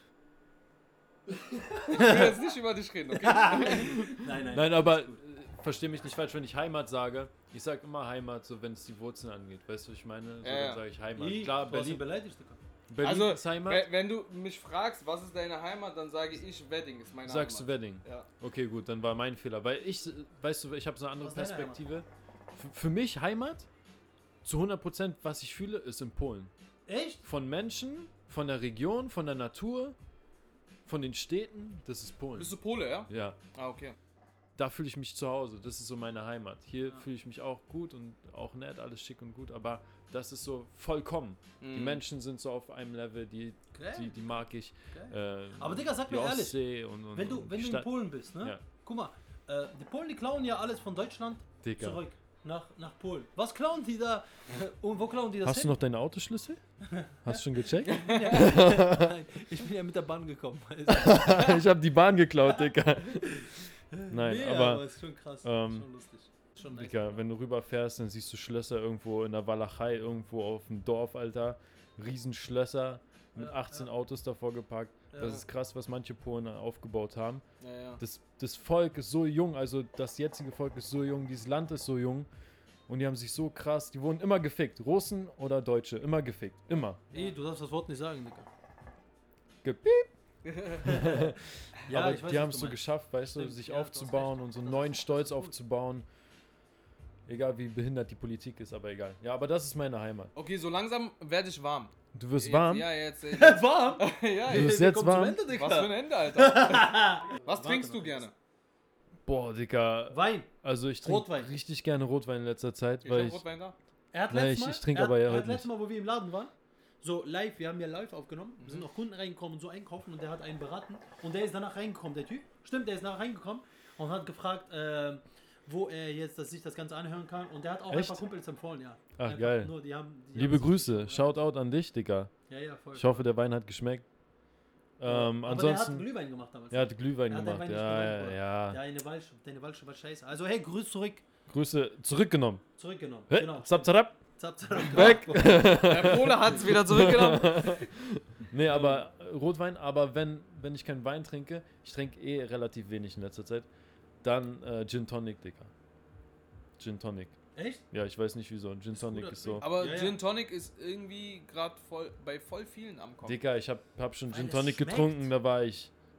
B: Ich will jetzt nicht über dich reden, okay?
C: Nein.
D: Nein, aber versteh mich nicht falsch, wenn ich Heimat sage. Ich sag immer Heimat, so wenn es die Wurzeln angeht. Weißt du, was ich meine? So,
B: Ja.
D: dann sage ich Heimat.
C: Wie?
D: Klar,
C: Du hast ihn
D: Berlin,
C: beleidigt, Digga.
D: Berlin
B: Also,
D: ist Heimat.
B: wenn du mich fragst, was ist deine Heimat, dann sage ich, Wedding ist meine
D: Sagst du
B: Heimat.
D: Wedding?
B: Ja.
D: Okay, gut, dann war mein Fehler. Weil ich, weißt du, ich habe so eine andere
C: Was ist deine
D: Perspektive. Für mich Heimat, zu 100%, was ich fühle, ist in Polen.
C: Echt?
D: Von Menschen, von der Region, von der Natur, von den Städten, das ist Polen.
B: Bist du Pole, ja?
D: Ja,
B: Ah, okay.
D: da fühle ich mich zu Hause. Das ist so meine Heimat. Hier fühle ich mich auch gut und auch nett, alles schick und gut, aber das ist so vollkommen. Die Menschen sind so auf einem Level, die mag ich.
C: Aber Digga, sag
D: die
C: mir ehrlich,
D: Ostsee und
C: wenn
D: die
C: du in
D: Stadt.
C: Polen bist, ne?
D: Ja.
C: Guck mal, die Polen, die klauen ja alles von Deutschland
D: Digga.
C: zurück nach Polen. Was klauen die da? Und wo klauen die das
D: Hast du
C: hin?
D: noch deine Autoschlüssel? Hast du schon gecheckt?
C: Nein, ich bin ja mit der Bahn gekommen.
D: Ich habe die Bahn geklaut, Digga. Nein,
C: Nee,
D: aber
C: ist schon krass.
D: ähm,
C: schon lustig. Schon nice.
D: Digga, wenn du rüberfährst, dann siehst du Schlösser irgendwo in der Walachei, irgendwo auf dem Dorf, Alter. Riesenschlösser mit
C: Ja,
D: 18
C: ja.
D: Autos davor geparkt.
C: Ja.
D: Das ist krass, was manche Polen aufgebaut haben.
B: Ja.
D: Das Volk ist so jung, also das jetzige Volk ist so jung, dieses Land ist so jung. Und die haben sich so krass, die wurden immer gefickt. Russen oder Deutsche, immer gefickt. Immer.
C: Du darfst das Wort nicht sagen, Digga.
D: Gepiep.
C: Ja,
D: Aber
C: ich weiß,
D: die
C: was
D: haben
C: du
D: es so
C: meinst.
D: geschafft, weißt du,
C: Stimmt,
D: sich
C: ja, du hast
D: aufzubauen
C: recht.
D: und so einen
C: Das
D: neuen
C: ist
D: Stolz
C: cool.
D: aufzubauen. Egal wie behindert die Politik ist, aber egal. Ja, aber das ist meine Heimat.
B: Okay, so langsam werde ich warm.
D: Du wirst warm?
B: Ja, jetzt.
C: Warm?
B: Ja,
D: Du bist
C: Wir
D: jetzt
C: kommen
D: warm?
C: zum Ende, Digga.
B: Was für ein Ende, Alter. Was trinkst du
C: noch
B: gerne?
D: Boah, Digga.
C: Wein.
D: Also ich trinke
C: Rotwein.
D: richtig gerne Rotwein in letzter Zeit,
B: Ich
D: weil
B: hab
D: ich...
B: Rotwein da.
C: Er hat
D: Nee,
C: letztes Mal,
D: ich trinke
C: er
D: aber ja
C: hat
D: heute
C: letztes Mal, wo wir im Laden waren, so live, wir haben ja live aufgenommen, sind noch Kunden reingekommen und so einkaufen und der hat einen beraten und der ist danach reingekommen, der Typ. Stimmt, der ist danach reingekommen und hat gefragt, wo er jetzt sich das Ganze anhören kann und der hat auch
D: Echt?
C: ein paar Kumpels empfohlen, ja.
D: Ach,
C: Einfach
D: geil.
C: Nur, die haben
D: Liebe
C: sich-
D: Grüße, Shoutout an dich, Digga.
C: Ja, voll.
D: Ich hoffe, der Wein hat geschmeckt.
C: Aber der hat
D: Ansonsten...
C: Glühwein gemacht damals.
D: Er hat Glühwein
C: Er hat den
D: gemacht,
C: Wein nicht
D: ja,
C: gewonnen,
D: ja.
C: Deine Walsche war scheiße. Also hey, Grüß zurück.
D: Grüße zurückgenommen.
C: Zurückgenommen.
D: Hey,
C: Genau.
D: zap, zap.
C: Zap, zap.
D: Weg.
B: Der Pole hat es wieder zurückgenommen.
D: Nee, aber Rotwein, aber wenn ich keinen Wein trinke, ich trinke eh relativ wenig in letzter Zeit, dann Gin Tonic, Digga. Gin Tonic.
C: Echt?
D: Ja, ich weiß nicht wieso. Gin Tonic
C: guter
D: ist so.
B: Aber
C: Ja, ja.
B: Gin Tonic ist irgendwie gerade bei voll vielen am Kommen.
D: Digga, ich hab schon
C: Weil
D: Gin
C: es
D: Tonic
C: schmeckt.
D: getrunken, da war ich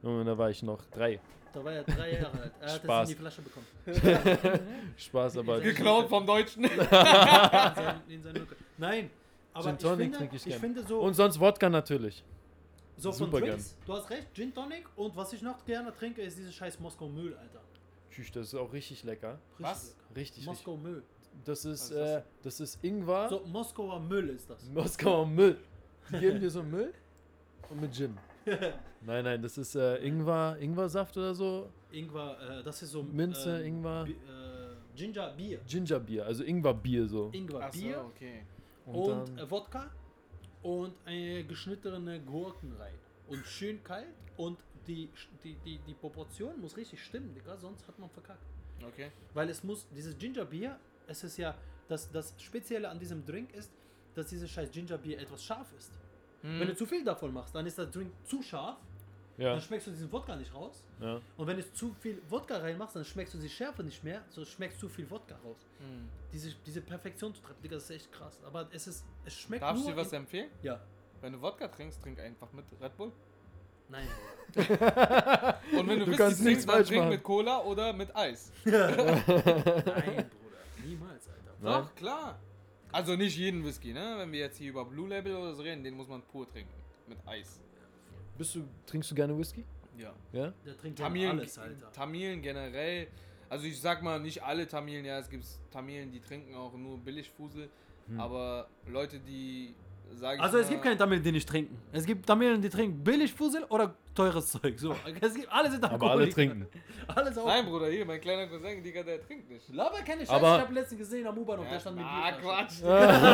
D: Junge, da war ich noch 3.
C: Da war er 3 Jahre alt. Er hat es
D: Spaß.
C: in die Flasche bekommen.
D: Spaß, aber...
B: Geklaut vom Deutschen.
C: in seinen Nuckel. Nein, aber
D: Gin Tonic trinke ich
C: ich
D: gern.
C: finde so,
D: Und sonst Wodka natürlich.
C: so von
D: super
C: Drinks, du hast recht, Gin Tonic und was ich noch gerne trinke, ist dieses scheiß Moskau Müll, Alter.
D: Tschüss, das ist auch richtig lecker.
C: Richtig
B: Was?
C: lecker.
D: Richtig,
C: Moskau Müll.
D: Das ist,
B: Was ist
D: das ist Ingwer.
C: So, Moskauer Müll ist das.
D: Moskauer Müll. Die geben dir so Müll und mit Gin. Nein, das ist Ingwersaft oder so.
C: Ingwer, das ist so
D: Minze, Ingwer.
C: Ginger Bier.
D: Gingerbier, also Ingwerbier so.
C: Ingwer
B: Achso,
C: Bier
B: okay.
C: und
D: dann,
C: Wodka und geschnittene Gurken rein. Und schön kalt und die Proportion muss richtig stimmen, Digga, sonst hat man verkackt.
B: Okay.
C: Weil es muss, dieses Gingerbier, es ist ja, das Spezielle an diesem Drink ist, dass dieses scheiß Gingerbier etwas scharf ist. Wenn du zu viel davon machst, dann ist der Drink zu scharf,
D: ja,
C: dann schmeckst du diesen Wodka nicht raus.
D: ja.
C: Und wenn du zu viel Wodka reinmachst, dann schmeckst du die Schärfe nicht mehr, so schmeckst zu viel Wodka raus. Diese Perfektion zu treffen, Digga, das ist echt krass. Aber es schmeckt
B: Darf ich
C: nur
B: dir was empfehlen?
C: Ja.
B: Wenn du Wodka trinkst, trink einfach mit Red Bull.
C: Nein.
B: Und wenn du,
D: Du
B: Whisky
D: kannst nichts
B: trinkst, dann
D: falsch
B: trink
D: machen.
B: mit Cola oder mit Eis.
C: Nein, Bruder. Niemals, Alter.
D: Nein.
B: Doch, klar. Also nicht jeden Whisky, ne? Wenn wir jetzt hier über Blue Label oder so reden, den muss man pur trinken. Mit Eis.
D: Trinkst du gerne Whisky?
B: Ja.
D: Ja?
C: Der trinkt ja
B: Tamilen,
C: alles, Alter.
B: Tamilen generell. Also ich sag mal, nicht alle Tamilen, ja, es gibt Tamilen, die trinken auch nur Billigfusel. Aber Leute, die sagen.
C: Also es gibt keine Tamilen, die nicht trinken. Es gibt Tamilen, die trinken billig Fusel oder teures Zeug. So, es gibt, alle sind
D: Aber alle
C: Alkoholiker.
D: trinken.
C: Alles auch.
B: Nein, Bruder, hier, mein kleiner Cousin, Digga, der trinkt nicht.
C: Laber kenne ich
D: Aber-
C: ich habe letztens gesehen am U-Bahn und der stand mit
B: Quatsch.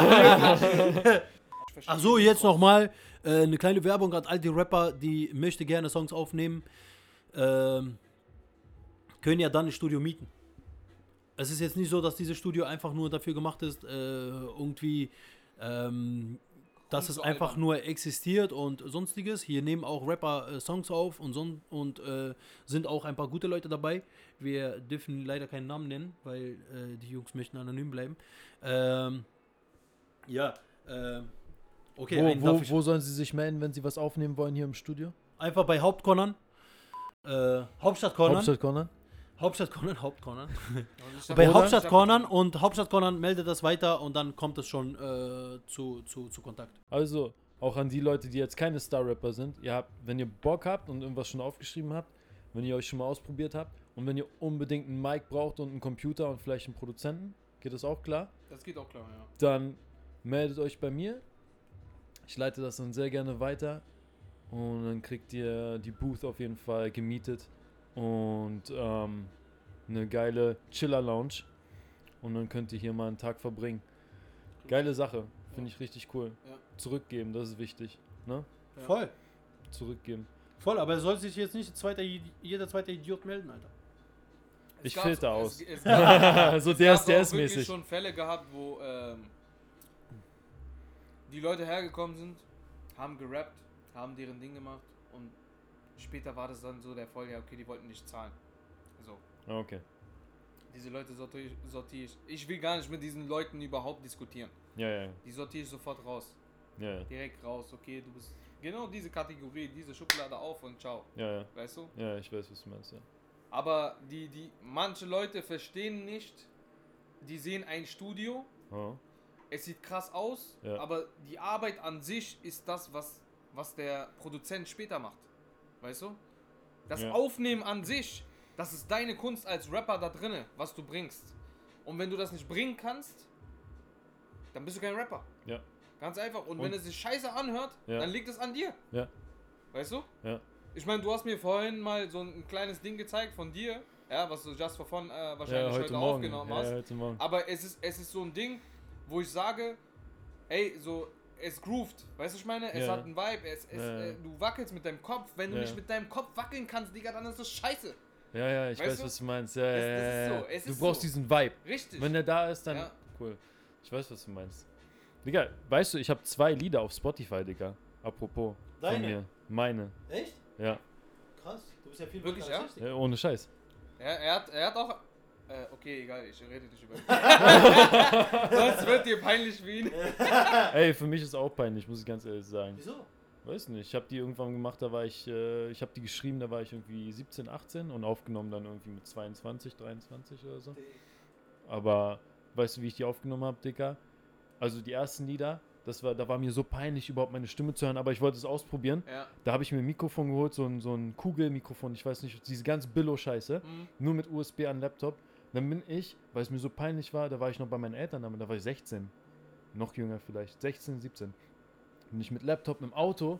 C: Ach so, jetzt nochmal eine kleine Werbung an all die Rapper, die möchte gerne Songs aufnehmen. Können ja dann ein Studio mieten. Es ist jetzt nicht so, dass dieses Studio einfach nur dafür gemacht ist, irgendwie, dass es
B: so
C: einfach
B: albern.
C: nur existiert und sonstiges. Hier nehmen auch Rapper Songs auf und sind auch ein paar gute Leute dabei. Wir dürfen leider keinen Namen nennen, weil die Jungs möchten anonym bleiben. Okay, einen darf ich
D: Wo sollen sie sich melden, wenn sie was aufnehmen wollen hier im Studio?
C: einfach bei Hauptcornern. Hauptstadtcornern.
D: Hauptstadt-Corner?
C: Hauptcornern.
B: Und
C: Bei
B: hab-
C: Hauptstadtcornern und Hauptstadtcornern meldet das weiter und dann kommt es schon zu Kontakt.
D: Also, auch an die Leute, die jetzt keine Star-Rapper sind, wenn ihr Bock habt und irgendwas schon aufgeschrieben habt, wenn ihr euch schon mal ausprobiert habt und wenn ihr unbedingt einen Mic braucht und einen Computer und vielleicht einen Produzenten, geht das auch klar,
B: Das geht auch klar, ja.
D: dann meldet euch bei mir. Ich leite das dann sehr gerne weiter und dann kriegt ihr die Booth auf jeden Fall gemietet und eine geile Chiller-Lounge und dann könnt ihr hier mal einen Tag verbringen. Geile Sache, finde ich richtig cool.
B: Ja.
D: Zurückgeben, das ist wichtig. Ne?
B: Ja.
C: Voll.
D: Zurückgeben.
C: Voll, aber soll sich jetzt nicht jeder zweite Idiot melden, Alter.
D: Ich
B: gab-
D: filter aus.
B: Es gab,
D: So
B: es gab auch wirklich
D: DSDS-mäßig.
B: schon Fälle gehabt, wo die Leute hergekommen sind, haben gerappt, haben deren Ding gemacht und später war das dann so der Fall, ja okay, die wollten nicht zahlen. So,
D: Okay.
B: diese Leute sortiere ich. Ich will gar nicht mit diesen Leuten überhaupt diskutieren.
D: Ja.
B: Die sortiere ich sofort raus.
D: Ja.
B: Direkt raus, okay, du bist genau diese Kategorie, diese Schublade auf und ciao.
D: Ja.
B: Weißt du?
D: Ja, ich weiß, was du meinst. Ja.
B: Aber manche Leute verstehen nicht, die sehen ein Studio,
D: Oh.
B: es sieht krass aus,
D: Ja.
B: aber die Arbeit an sich ist das, was der Produzent später macht. Weißt du? Das
D: Ja.
B: Aufnehmen an sich, das ist deine Kunst als Rapper da drinne, was du bringst. Und wenn du das nicht bringen kannst, dann bist du kein Rapper.
D: Ja.
B: Ganz einfach. Und
D: Und-
B: wenn es sich scheiße anhört,
D: Ja.
B: dann liegt es an dir.
D: Ja.
B: Weißt du?
D: Ja.
B: Ich meine, du hast mir vorhin mal so ein kleines Ding gezeigt von dir, ja, was du just for fun wahrscheinlich
D: Ja,
B: heute
D: heute Morgen.
B: aufgenommen hast.
D: Ja, heute Morgen.
B: Aber es ist so ein Ding, wo ich sage, ey, so, es groovt, weißt du, ich meine? Es
D: Ja.
B: hat einen Vibe,
D: Ja.
B: du wackelst mit deinem Kopf. Wenn du
D: Ja.
B: nicht mit deinem Kopf wackeln kannst, Digga, dann ist das scheiße.
D: Ja, ich
B: Weißt
D: weiß,
B: du?
D: was du meinst. Ja,
B: Das ist
D: ja.
B: so, es
D: Du
B: ist
D: brauchst
B: so.
D: diesen Vibe.
B: Richtig.
D: Wenn der da ist, dann...
B: Ja.
D: Cool. Ich weiß, was du meinst. Digga, weißt du, ich habe 2 Lieder auf Spotify, Digga. Apropos.
C: Deine?
D: Von mir. Meine.
C: Echt?
D: Ja.
C: Krass. Du bist ja viel
B: Wirklich,
C: weiter
B: ja?
C: als ich.
D: Ja, ohne Scheiß.
B: Er hat auch. Okay, egal, ich rede nicht über ihn. Sonst wird dir peinlich wie ihn.
D: Ey, für mich ist auch peinlich, muss ich ganz ehrlich sagen.
C: Wieso?
D: Weiß nicht, ich habe die irgendwann gemacht, da war ich habe die geschrieben, da war ich irgendwie 17, 18 und aufgenommen dann irgendwie mit 22, 23 oder so. Aber weißt du, wie ich die aufgenommen habe, Dicker? Also die ersten Lieder, da war mir so peinlich, überhaupt meine Stimme zu hören, aber ich wollte es ausprobieren.
B: Ja.
D: Da habe ich mir ein Mikrofon geholt, so ein Kugelmikrofon, ich weiß nicht, diese ganz Billo-Scheiße, nur mit USB an Laptop. Dann bin ich, weil es mir so peinlich war, da war ich noch bei meinen Eltern, da war ich 16, noch jünger vielleicht, 16, 17. Bin ich mit Laptop im Auto,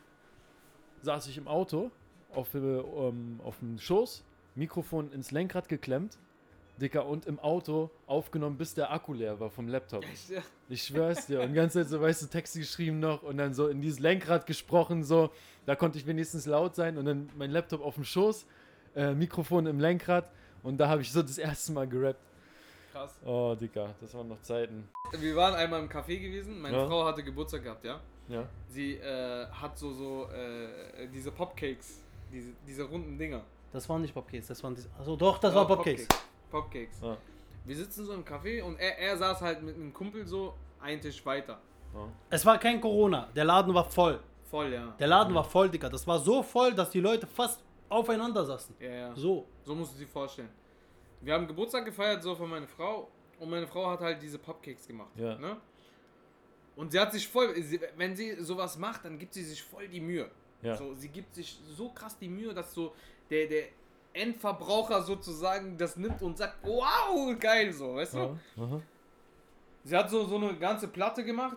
D: saß ich im Auto auf dem Schoß, Mikrofon ins Lenkrad geklemmt, Dicker, und im Auto aufgenommen, bis der Akku leer war vom Laptop. Ich schwör's dir. Und die ganze Zeit so, weißt du, Texte geschrieben noch und dann so in dieses Lenkrad gesprochen, so, da konnte ich wenigstens laut sein und dann mein Laptop auf dem Schoß, Mikrofon im Lenkrad und da habe ich so das erste Mal gerappt.
B: Krass.
D: Oh, Dicker, das waren noch Zeiten.
B: Wir waren einmal im Café gewesen, meine Frau hatte Geburtstag gehabt, ja?
D: Ja.
B: Sie hat so diese Popcakes, diese runden Dinger.
C: Das waren nicht Popcakes, das waren also doch, das war Popcakes.
B: Popcakes.
D: Ja.
B: Wir sitzen so im Café und er saß halt mit einem Kumpel so einen Tisch weiter.
D: Ja.
C: Es war kein Corona, der Laden war voll.
B: Voll, ja.
C: Der Laden war voll, Digga. Das war so voll, dass die Leute fast aufeinander saßen.
B: Ja.
C: So.
B: So musst du dir vorstellen. Wir haben Geburtstag gefeiert, so von meiner Frau. Und meine Frau hat halt diese Popcakes gemacht.
D: Ja.
B: Ne? Und sie hat sich voll, wenn sie sowas macht, dann gibt sie sich voll die Mühe.
D: Ja.
B: So, sie gibt sich so krass die Mühe, dass so der Endverbraucher sozusagen das nimmt und sagt, wow, geil, so, weißt du?
D: Aha.
B: Sie hat so eine ganze Platte gemacht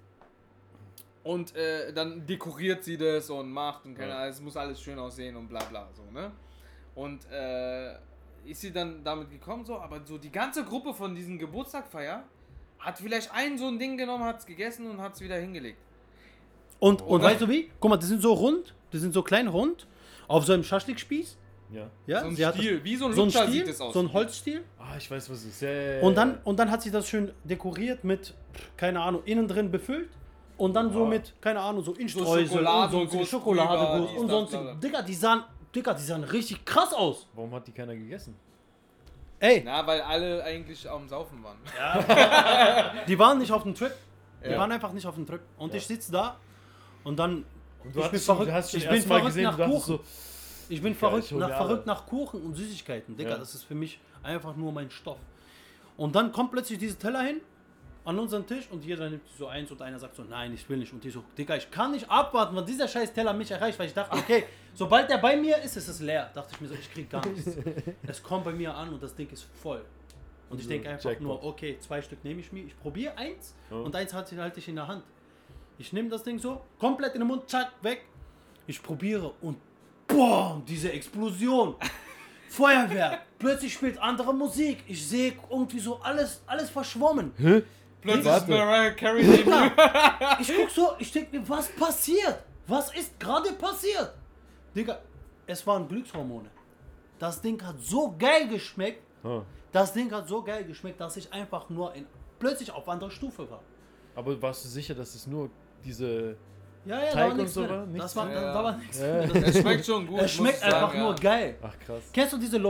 B: und dann dekoriert sie das und macht und keine Ahnung, es muss alles schön aussehen und bla bla, so, ne? Und ist sie dann damit gekommen, so, aber so die ganze Gruppe von diesen Geburtstagfeier hat vielleicht so ein Ding genommen, hat es gegessen und hat es wieder hingelegt.
C: Und weißt du wie? Guck mal, die sind so rund, die sind so klein rund, auf so einem Schaschlikspieß.
D: Ja.
B: So ein
C: sie hat
B: Stiel, wie so ein
C: so ein
B: Lutscher
C: Stiel,
B: sieht es aus.
C: so ein Holzstiel.
D: Ah, ich weiß, was es ist.
C: Und dann hat sie das schön dekoriert mit, keine Ahnung, innen drin befüllt. Und dann so mit, keine Ahnung, so Instreusel und sonstige Schokoladeguss und sonstige. Digga, die sahen richtig krass aus.
D: Warum hat die keiner gegessen?
C: Ey,
B: Na, weil alle eigentlich am Saufen waren.
C: die waren nicht auf dem Trip. Die
B: Ja.
C: waren einfach nicht auf dem Trip. Und ich sitze da und dann.
D: Und
C: ich bin verrückt nach Kuchen.
D: So,
C: Ich bin
D: Digga,
C: verrückt nach Kuchen und Süßigkeiten. Digga,
D: Ja.
C: das ist für mich einfach nur mein Stoff. Und dann kommt plötzlich diese Teller hin an unseren Tisch und jeder nimmt so eins und einer sagt so, nein, ich will nicht. Und die so, Digga, ich kann nicht abwarten, wann dieser scheiß Teller mich erreicht, weil ich dachte, okay, sobald der bei mir ist, ist es leer. Dachte ich mir so, ich krieg gar nichts. Es kommt bei mir an und das Ding ist voll. Und ich denke einfach nur, okay, 2 Stück nehme ich mir, ich probiere eins und eins halte ich in der Hand. Ich nehme das Ding so, komplett in den Mund, zack, weg. Ich probiere und boah, diese Explosion. Feuerwerk. Plötzlich spielt andere Musik. Ich sehe irgendwie so alles verschwommen.
B: Plötzlich
D: Warte.
B: ist Mariah Carey neben mir.
C: Ich guck so, ich denke mir, was passiert? Was ist gerade passiert? Digga, es waren Glückshormone. Das Ding hat so geil geschmeckt. Das Ding hat so geil geschmeckt, dass ich einfach nur plötzlich auf anderer Stufe war.
D: aber warst du sicher, dass es nur diese...
C: Ja,
D: Teig
C: da war
D: und
C: nichts
D: so
C: drin.
D: war? Nichts
C: Das war,
B: drin?
C: da war nichts
D: Ja.
C: drin.
B: Es schmeckt schon gut.
C: Es schmeckt
B: muss ich
C: einfach
B: sagen,
C: nur geil.
D: Ach, krass.
C: Kennst du diese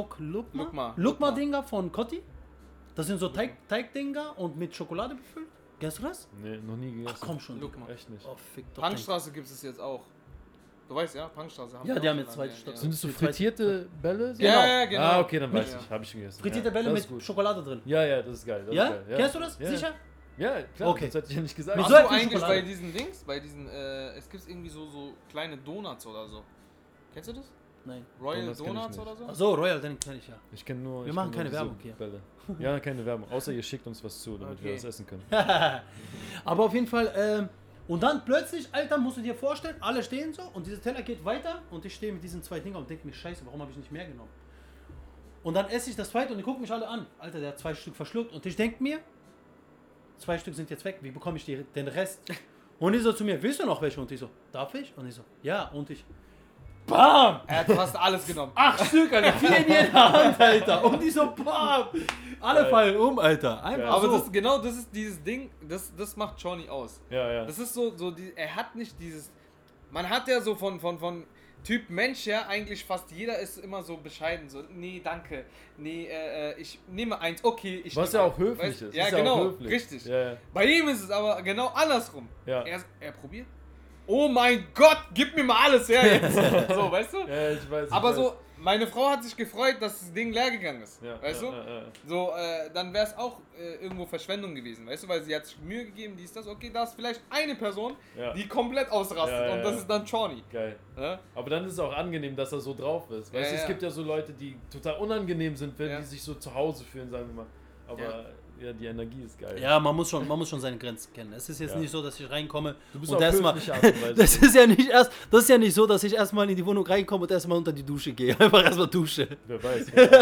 B: Lukma.
C: Lukma-Dinger von Cotti? Das sind so Teigdinger und mit Schokolade befüllt. Kennst du das?
D: Nee, noch nie gegessen.
C: Ach komm schon.
B: Lukma.
D: Echt nicht.
C: Oh, fick doch.
B: Punkstraße gibt es jetzt auch. Du weißt ja, Punkstraße haben
C: Ja,
B: wir
C: die
B: auch
C: haben
B: schon
C: jetzt zweite
B: lange,
C: Stock.
B: ja.
D: Sind das so
C: Die zweite-
D: frittierte Bälle? So?
B: Ja, genau.
D: Ah, okay, dann weiß
B: Ja.
D: ich. Habe ich schon gegessen.
C: Frittierte
D: Ja,
C: Bälle
D: das
C: mit
D: ist gut.
C: Schokolade drin.
D: Ja, das ist geil. Das
C: Ja?
D: ist geil.
C: Kennst du das?
D: Ja.
C: Sicher?
D: Ja, klar.
C: Okay.
D: Das hätte ich ja nicht gesagt.
C: Mit
B: Hast
C: so
B: du
C: viel
B: eigentlich
C: Schokolade.
B: bei diesen Dings, es gibt irgendwie so kleine Donuts oder so. Kennst du das?
C: Nein.
B: Royal
D: Donuts kenn ich
B: Donuts
D: nicht.
B: oder so?
C: Achso, Royal, den kenne ich ja.
D: Ich kenne nur.
C: Wir
D: ich
C: machen
D: kenn
C: keine
D: nur diese
C: Werbung hier.
D: Bälle. Ja, keine Werbung. Außer ihr schickt uns was zu, damit wir
B: Okay.
D: das essen können.
C: Aber auf jeden Fall, und dann plötzlich, Alter, musst du dir vorstellen, alle stehen so und dieser Teller geht weiter und ich stehe mit diesen 2 Dingern und denke mir, scheiße, warum habe ich nicht mehr genommen? Und dann esse ich das zweite und die gucken mich alle an. Alter, der hat 2 Stück verschluckt und ich denke mir, 2 Stück sind jetzt weg, wie bekomme ich den Rest? Und die so zu mir, willst du noch welche? Und ich so, darf ich? Und ich so, ja, und ich, BAM!
B: Er hat fast alles genommen.
C: 8 Stück, Alter, 4 in jeder Hand, Alter. Und die so, BAM! Alle fallen um, Alter. Einfach
B: Aber
C: so.
B: das ist dieses Ding, das macht Johnny aus.
D: Ja.
B: Das ist er hat nicht dieses, man hat ja so von Typ Mensch her, eigentlich fast jeder ist immer so bescheiden, so, nee, danke, nee, ich nehme eins, okay, ich
D: Was
B: nehme
D: ja auch
B: eins.
D: höflich
B: Weißt-
D: ist.
B: Ja,
D: Ist
B: genau,
D: auch höflich.
B: richtig.
D: Ja.
B: Bei ihm ist es aber genau andersrum.
D: Ja.
B: Er probiert, oh mein Gott, gib mir mal alles her jetzt. So, weißt du?
D: Ja, ich weiß.
B: Aber so, meine Frau hat sich gefreut, dass das Ding leer gegangen ist.
D: Ja,
B: weißt du? So, dann wäre es auch irgendwo Verschwendung gewesen, weißt du? Weil sie hat sich Mühe gegeben, die ist das, okay, da ist vielleicht eine Person, die komplett ausrastet und das ist dann Johnny.
D: Geil.
B: Ja?
D: Aber dann ist es auch angenehm, dass er so drauf ist. Weißt du, es gibt ja so Leute, die total unangenehm sind, wenn die sich so zu Hause fühlen, sagen wir mal. Aber die Energie ist geil.
C: Ja, man muss schon seine Grenzen kennen. Es ist jetzt nicht so, dass ich reinkomme
D: du bist
C: und
D: auch
C: erstmal.
D: das
C: ist ja nicht so, dass ich erstmal in die Wohnung reinkomme und erstmal unter die Dusche gehe. Einfach erstmal dusche.
D: Wer weiß.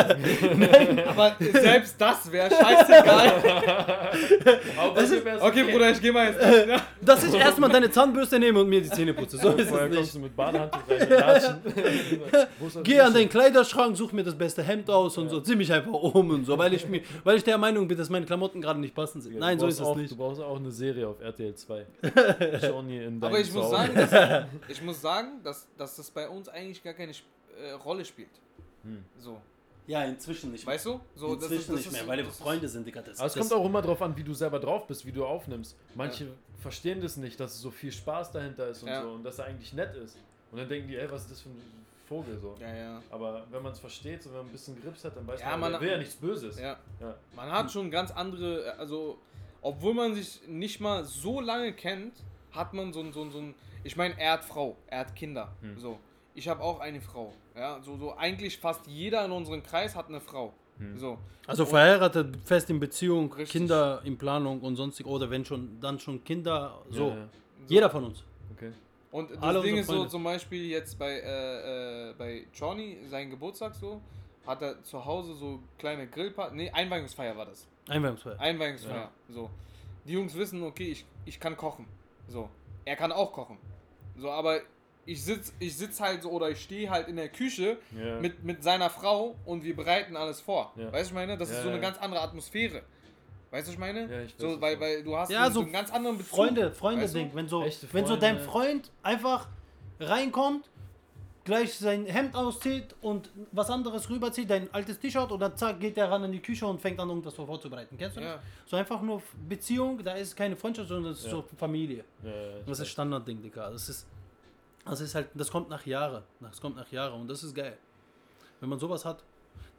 B: Aber selbst das wäre scheißegal. Okay, Bruder, ich geh mal jetzt. Ja.
C: Dass ich erstmal deine Zahnbürste nehme und mir die Zähne putze. So ist
D: Vorher
C: es
D: kommst
C: nicht.
D: du mit Badehandtuch rein, Latschen.
C: Geh an den Kleiderschrank, such mir das beste Hemd aus und so, zieh mich einfach um und so, weil ich der Meinung bin, dass meine Klamotten gerade nicht passend sind. Nein, so ist es nicht.
D: Du brauchst auch eine Serie auf RTL 2. Johnny in
B: Aber ich muss sagen, dass das bei uns eigentlich gar keine Rolle spielt. So.
C: Ja, inzwischen nicht mehr.
B: Weißt du? So,
C: Inzwischen nicht mehr, weil wir Freunde sind, Digga.
D: Aber es kommt auch immer drauf an, wie du selber drauf bist, wie du aufnimmst. Manche verstehen das nicht, dass so viel Spaß dahinter ist und so und dass er eigentlich nett ist. Und dann denken die, ey, was ist das für ein Vogel so.
B: Ja.
D: Aber wenn man es versteht, so wenn man ein bisschen Grips hat, dann weiß
B: man,
D: er will ja nichts Böses.
B: Ja. Man hat schon ganz andere, also obwohl man sich nicht mal so lange kennt, hat man so ein ich meine, er hat Frau, er hat Kinder, so. Ich habe auch eine Frau, ja, so eigentlich fast jeder in unserem Kreis hat eine Frau, so.
C: Also verheiratet, fest in Beziehung,
B: Richtig.
C: Kinder in Planung und sonstig, oder wenn schon, dann schon Kinder, so.
D: Ja.
C: Jeder von uns.
D: Okay.
B: Und das
C: Alle
B: Ding
C: unsere
B: ist so,
C: Freunde.
B: zum Beispiel jetzt bei Johnny, sein Geburtstag so, hat er zu Hause so kleine Grillparty, Einweihungsfeier war das. Einweihungsfeier, so. Die Jungs wissen, okay, ich kann kochen, so. Er kann auch kochen, so, aber ich sitz halt so, oder ich stehe halt in der Küche mit seiner Frau und wir bereiten alles vor. Weißt du, ich meine? Das ist so eine ganz andere Atmosphäre. Weißt du, ich meine?
D: Ja, ich weiß,
B: so, weil du hast
C: Ja, so
B: einen ganz anderen Bezug.
C: Freunde-Ding.
B: weißt
C: Wenn so dein Freund einfach reinkommt, gleich sein Hemd auszieht und was anderes rüberzieht, dein altes T-Shirt, und dann zack, geht er ran in die Küche und fängt an, irgendwas vorzubereiten. Kennst du das?
B: Ja.
C: So einfach nur Beziehung, da ist keine Freundschaft, sondern das ist so Familie. Das ist Standardding, Digga. Das ist halt, das kommt nach Jahren. Und das ist geil. Wenn man sowas hat.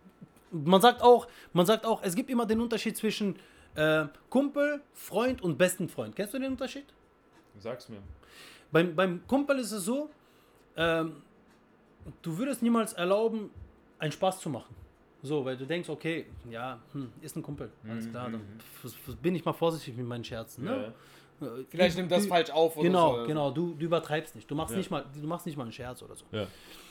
C: Man sagt auch, es gibt immer den Unterschied zwischen Kumpel, Freund und besten Freund. Kennst du den Unterschied?
D: Sag's mir.
C: Beim Kumpel ist es so, du würdest niemals erlauben, einen Spaß zu machen. So, weil du denkst, okay, ja, ist ein Kumpel. Alles klar, dann bin ich mal vorsichtig mit meinen Scherzen. Ne?
B: Vielleicht nimmt das falsch auf oder so.
C: Genau, du übertreibst nicht. Du machst nicht mal einen Scherz oder so.
D: Ja.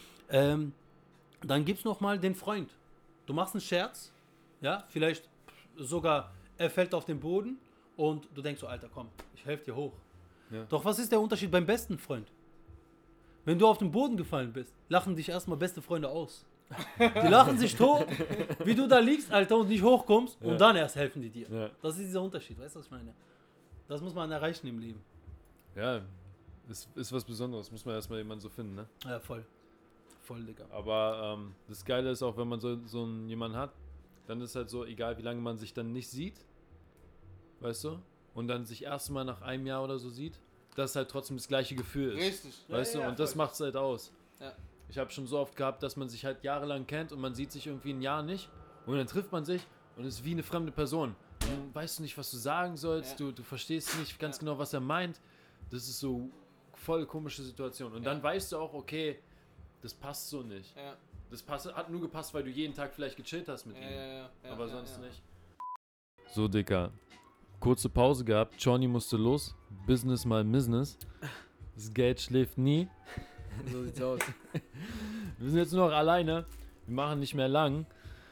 C: Dann gibt's noch mal den Freund. Du machst einen Scherz, ja, vielleicht sogar er fällt auf den Boden und du denkst so, Alter, komm, ich helfe dir hoch.
D: Ja.
C: Doch was ist der Unterschied beim besten Freund? Wenn du auf den Boden gefallen bist, lachen dich erstmal beste Freunde aus. Die lachen sich tot, wie du da liegst, Alter, und nicht hochkommst, und dann erst helfen die dir.
D: Ja.
C: Das ist dieser Unterschied, weißt du, was ich meine? Das muss man erreichen im Leben.
D: Ja, ist was Besonderes. Muss man erstmal jemanden so finden, ne?
C: Ja, voll. Voll, Digga.
D: Aber das Geile ist auch, wenn man so einen jemanden hat, dann ist halt so, egal wie lange man sich dann nicht sieht, weißt du, und dann sich erstmal nach einem Jahr oder so sieht, dass halt trotzdem das gleiche Gefühl ist.
B: Richtig.
D: Weißt du, und das macht es halt aus.
B: Ja.
D: Ich habe schon so oft gehabt, dass man sich halt jahrelang kennt und man sieht sich irgendwie ein Jahr nicht und dann trifft man sich und es ist wie eine fremde Person. Und dann weißt du nicht, was du sagen sollst, du verstehst nicht ganz genau, was er meint. Das ist so voll komische Situation. Und dann weißt du auch, okay, das passt so nicht.
B: Ja.
D: Das hat nur gepasst, weil du jeden Tag vielleicht gechillt hast mit ihm. Aber sonst nicht. So, Dicker. Kurze Pause gehabt. Johnny musste los. Business mal Business. Das Geld schläft nie.
B: So sieht's aus.
D: Wir sind jetzt nur noch alleine. Wir machen nicht mehr lang.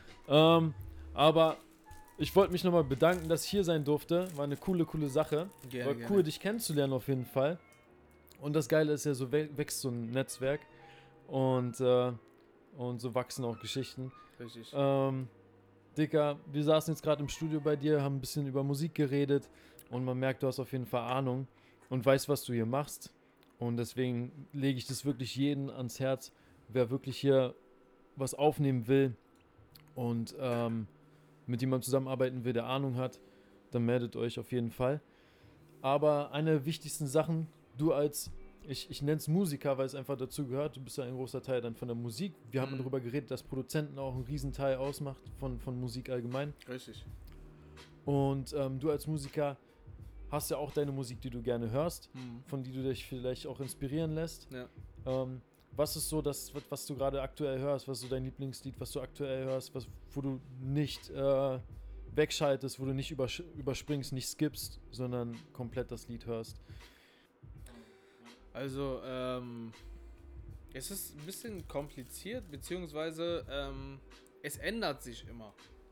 D: Aber ich wollte mich nochmal bedanken, dass ich hier sein durfte. War eine coole Sache. War cool, dich kennenzulernen auf jeden Fall. Und das Geile ist ja, so wächst so ein Netzwerk. Und so wachsen auch Geschichten.
B: Richtig.
D: Dicker, wir saßen jetzt gerade im Studio bei dir, haben ein bisschen über Musik geredet und man merkt, du hast auf jeden Fall Ahnung und weißt, was du hier machst. Und deswegen lege ich das wirklich jedem ans Herz, wer wirklich hier was aufnehmen will und mit jemandem zusammenarbeiten will, der Ahnung hat, dann meldet euch auf jeden Fall. Aber eine der wichtigsten Sachen, du als ich nenne es Musiker, weil es einfach dazu gehört. Du bist ja ein großer Teil dann von der Musik. Wir haben darüber geredet, dass Produzenten auch einen Riesenteil ausmacht von Musik allgemein.
B: Richtig.
D: Und du als Musiker hast ja auch deine Musik, die du gerne hörst, von die du dich vielleicht auch inspirieren lässt.
B: Ja.
D: Was ist so das, was du gerade aktuell hörst? Was ist so dein Lieblingslied, was du aktuell hörst, wo du nicht wegschaltest, wo du nicht überspringst, nicht skippst, sondern komplett das Lied hörst?
B: Also, es ist ein bisschen kompliziert, beziehungsweise es ändert sich immer.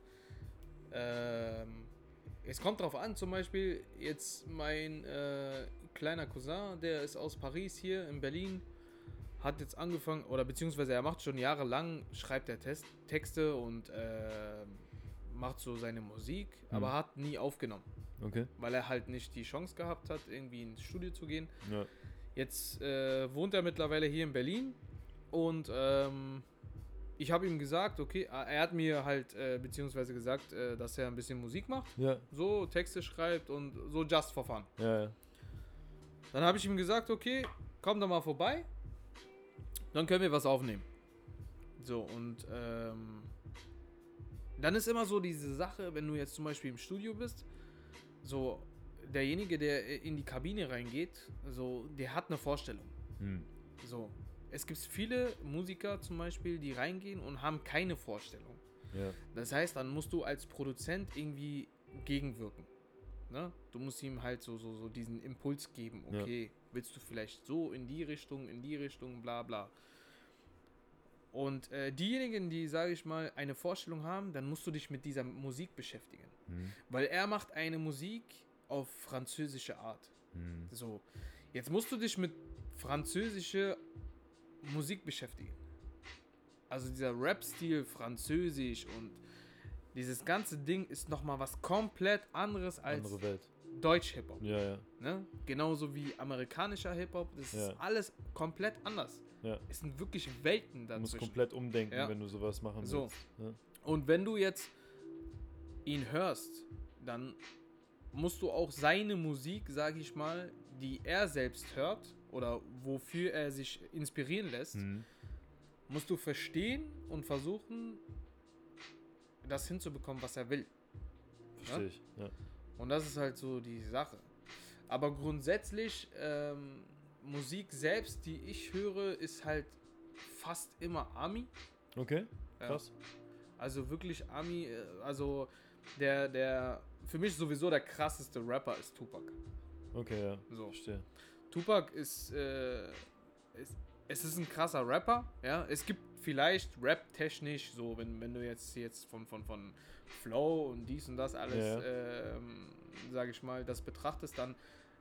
B: Es kommt drauf an, zum Beispiel jetzt mein kleiner Cousin, der ist aus Paris hier in Berlin, hat jetzt angefangen, oder beziehungsweise er macht schon jahrelang, schreibt er Texte und macht so seine Musik, aber hat nie aufgenommen.
D: Okay.
B: Weil er halt nicht die Chance gehabt hat, irgendwie ins Studio zu gehen.
D: Ja.
B: Jetzt wohnt er mittlerweile hier in Berlin und ich habe ihm gesagt, okay, er hat mir halt beziehungsweise gesagt, dass er ein bisschen Musik macht,
D: Ja.
B: so Texte schreibt und so just for fun.
D: Ja.
B: Dann habe ich ihm gesagt, okay, komm doch mal vorbei, dann können wir was aufnehmen. So, und dann ist immer so diese Sache, wenn du jetzt zum Beispiel im Studio bist, so derjenige, der in die Kabine reingeht, so, der hat eine Vorstellung. So, es gibt viele Musiker zum Beispiel, die reingehen und haben keine Vorstellung.
D: Ja.
B: Das heißt, dann musst du als Produzent irgendwie gegenwirken. Ne? Du musst ihm halt so diesen Impuls geben. Okay, willst du vielleicht so in die Richtung, bla bla. Und diejenigen, die, sage ich mal, eine Vorstellung haben, dann musst du dich mit dieser Musik beschäftigen. Weil er macht eine Musik auf französische Art. So, jetzt musst du dich mit französischer Musik beschäftigen. Also dieser Rap-Stil französisch und dieses ganze Ding ist nochmal was komplett anderes als
D: Andere Welt.
B: Deutsch-Hip-Hop.
D: Ja.
B: Ne? Genauso wie amerikanischer Hip-Hop. Das ist alles komplett anders.
D: Ja.
B: Es sind wirklich Welten
D: Du musst
B: dazwischen.
D: komplett umdenken, wenn du sowas machen
B: So.
D: willst. Ja.
B: Und wenn du jetzt ihn hörst, dann musst du auch seine Musik, sage ich mal, die er selbst hört oder wofür er sich inspirieren lässt, musst du verstehen und versuchen, das hinzubekommen, was er will.
D: Verstehe ich. Ja.
B: Und das ist halt so die Sache. Aber grundsätzlich, Musik selbst, die ich höre, ist halt fast immer Ami.
D: Okay,
B: Ja.
D: krass.
B: Also wirklich Ami, also der für mich sowieso der krasseste Rapper ist Tupac.
D: Okay, ja.
B: So.
D: Verstehe.
B: Tupac es ist ein krasser Rapper, ja. Es gibt vielleicht rap-technisch, so wenn du jetzt von Flow und dies und das alles, sage ich mal, das betrachtest, dann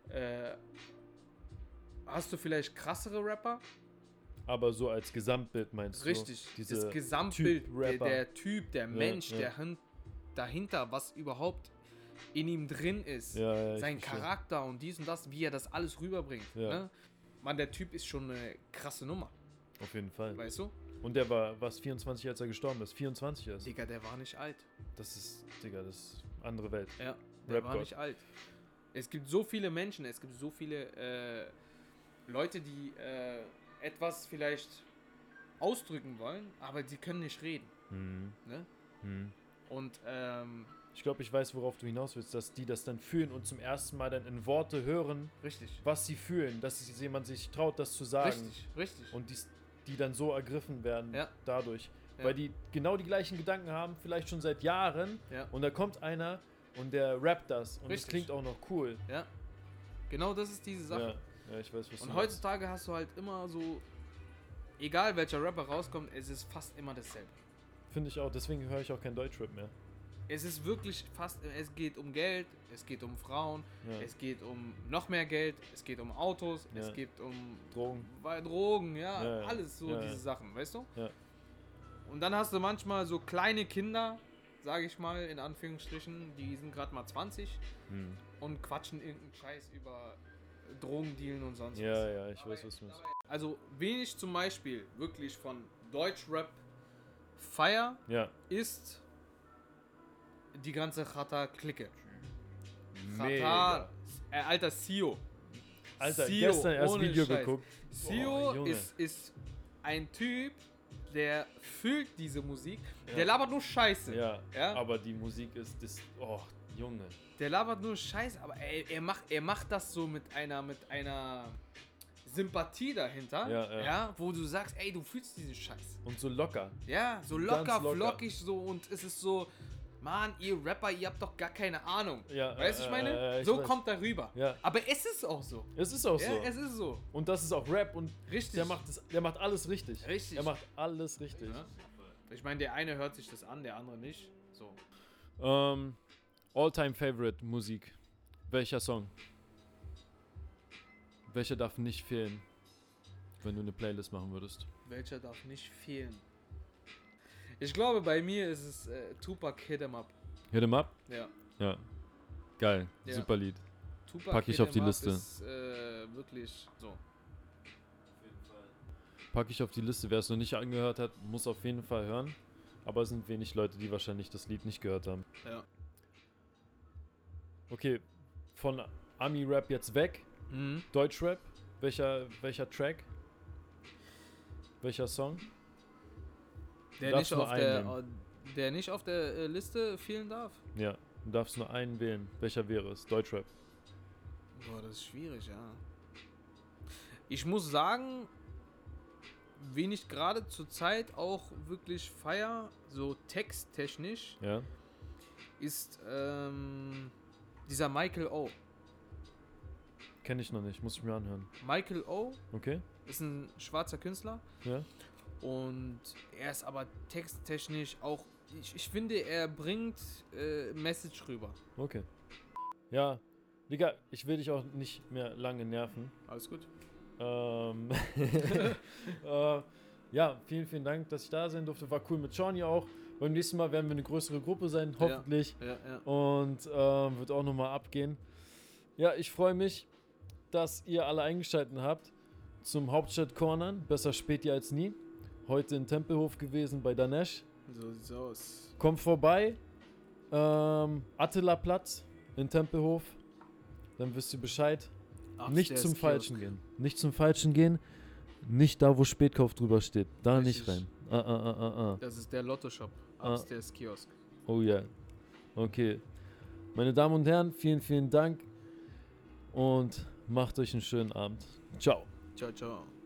B: hast du vielleicht krassere Rapper.
D: Aber so als Gesamtbild meinst du?
B: Richtig,
D: Diese
B: das Gesamtbild,
D: Typ-Rapper.
B: der Typ, der Mensch,
D: ja.
B: der dahinter, was überhaupt in ihm drin ist,
D: Ja,
B: sein
D: ich verstehe.
B: Charakter und dies und das, wie er das alles rüberbringt.
D: Ja.
B: Ne? Mann, der Typ ist schon eine krasse Nummer,
D: Auf jeden Fall.
B: weißt du?
D: Und der war, 24, als er gestorben ist? 24 ist.
B: Digga, der war nicht alt.
D: Das ist andere Welt.
B: Ja, der
D: Rap
B: war
D: God.
B: nicht alt. Es gibt so viele Menschen, es gibt so viele Leute, die etwas vielleicht ausdrücken wollen, aber die können nicht reden. Ne? Und
D: Ich glaube, ich weiß, worauf du hinaus willst, dass die das dann fühlen und zum ersten Mal dann in Worte hören,
B: richtig,
D: was sie fühlen, dass jemand sich traut, das zu sagen.
B: richtig.
D: Und die dann so ergriffen werden
B: Ja.
D: dadurch.
B: Ja.
D: Weil die genau die gleichen Gedanken haben, vielleicht schon seit Jahren.
B: Ja.
D: Und da kommt einer und der rappt das. Und es
B: Richtig.
D: klingt auch noch cool.
B: Ja, genau das ist diese Sache.
D: Ja, ich weiß, was du
B: Und
D: meinst.
B: heutzutage hast du halt immer so, egal welcher Rapper rauskommt, es ist fast immer dasselbe.
D: Finde ich auch, deswegen höre ich auch kein Deutschrap mehr.
B: Es ist wirklich fast, es geht um Geld, es geht um Frauen,
D: Ja.
B: es geht um noch mehr Geld, es geht um Autos,
D: Ja.
B: es geht um
D: Drogen.
B: Drogen, ja,
D: Ja, ja.
B: alles so
D: Ja,
B: diese
D: ja.
B: Sachen, weißt du?
D: Ja.
B: Und dann hast du manchmal so kleine Kinder, sage ich mal, in Anführungsstrichen, die sind gerade mal 20 und quatschen irgendeinen Scheiß über Drogendealen und sonst was.
D: Ja, ich weiß, was du meinst.
B: Also, wen ich zum Beispiel wirklich von Deutschrap feier,
D: Ja.
B: ist die ganze Chata-Clique.
D: Mega.
B: Chata, alter Sio.
D: Alter,
B: Sio,
D: gestern erst
B: ohne
D: Video
B: Scheiß.
D: geguckt.
B: Sio
D: Junge.
B: ist ein Typ, der fühlt diese Musik. Der labert nur Scheiße.
D: Ja,
B: Ja?
D: aber die Musik ist das. Oh, Junge.
B: Der labert nur Scheiße, aber er macht das so mit einer Sympathie dahinter.
D: Ja.
B: Wo du sagst, ey, du fühlst diesen Scheiß.
D: Und so locker.
B: Ja, so
D: Ganz
B: locker,
D: locker.
B: flockig so und es ist so, Mann, ihr Rapper, ihr habt doch gar keine Ahnung.
D: Ja,
B: Weißt du, ich meine?
D: ich
B: So
D: weiß.
B: kommt er rüber.
D: Ja.
B: Aber es ist auch so.
D: Es ist auch
B: Ja,
D: so.
B: es ist so.
D: Und das ist auch Rap und
B: Richtig.
D: der macht alles richtig.
B: Richtig.
D: Er macht alles richtig.
B: Ja. Ich meine, der eine hört sich das an, der andere nicht. So.
D: All-time Favorite Musik. Welcher Song? Welcher darf nicht fehlen, wenn du eine Playlist machen würdest?
B: Welcher darf nicht fehlen? Ich glaube, bei mir ist es Tupac Hit 'em Up.
D: Hit 'em Up?
B: Ja.
D: Ja. Geil.
B: Ja.
D: Super Lied.
B: Tupac
D: Pack ich
B: Hit
D: auf die
B: 'em Up
D: Liste.
B: Ist wirklich so.
D: Packe ich auf die Liste. Wer es noch nicht angehört hat, muss auf jeden Fall hören. Aber es sind wenig Leute, die wahrscheinlich das Lied nicht gehört haben.
B: Ja.
D: Okay, von Ami-Rap jetzt weg.
B: Mhm.
D: Deutschrap. Welcher Track? Welcher Song?
B: Der
D: darfst
B: nicht,
D: nur
B: auf
D: einen
B: der nicht auf der Liste fehlen darf?
D: Ja, du darfst nur einen wählen. Welcher wäre es? Deutschrap.
B: Boah, das ist schwierig, ja. Ich muss sagen, wen ich gerade zur Zeit auch wirklich feier, so texttechnisch,
D: Ja.
B: ist dieser Michael O.
D: Kenne ich noch nicht, muss ich mir anhören.
B: Michael O.
D: Okay?
B: ist ein schwarzer Künstler
D: Ja.
B: und er ist aber texttechnisch auch, ich finde, er bringt Message rüber.
D: Okay. Ja, Digga, ich will dich auch nicht mehr lange nerven.
B: Alles gut.
D: Ja, vielen Dank, dass ich da sein durfte. War cool mit Shawnee auch. Beim nächsten Mal werden wir eine größere Gruppe sein, hoffentlich.
B: Ja.
D: Und wird auch nochmal abgehen. Ja, ich freue mich, dass ihr alle eingeschaltet habt zum Hauptstadt Cornern. Besser späti als nie. Heute in Tempelhof gewesen bei Danesh.
B: So sieht's aus.
D: Kommt vorbei. Attila Platz in Tempelhof. Dann wisst ihr Bescheid. Nicht zum Falschen gehen. Nicht zum Falschen gehen. Nicht da, wo Spätkauf drüber steht. Da
B: Richtig.
D: nicht rein.
B: Das ist der Lotto-Shop. Upstairs Kiosk.
D: Oh ja. Yeah. Okay. Meine Damen und Herren, vielen Dank. Und macht euch einen schönen Abend. Ciao.
B: Ciao, ciao.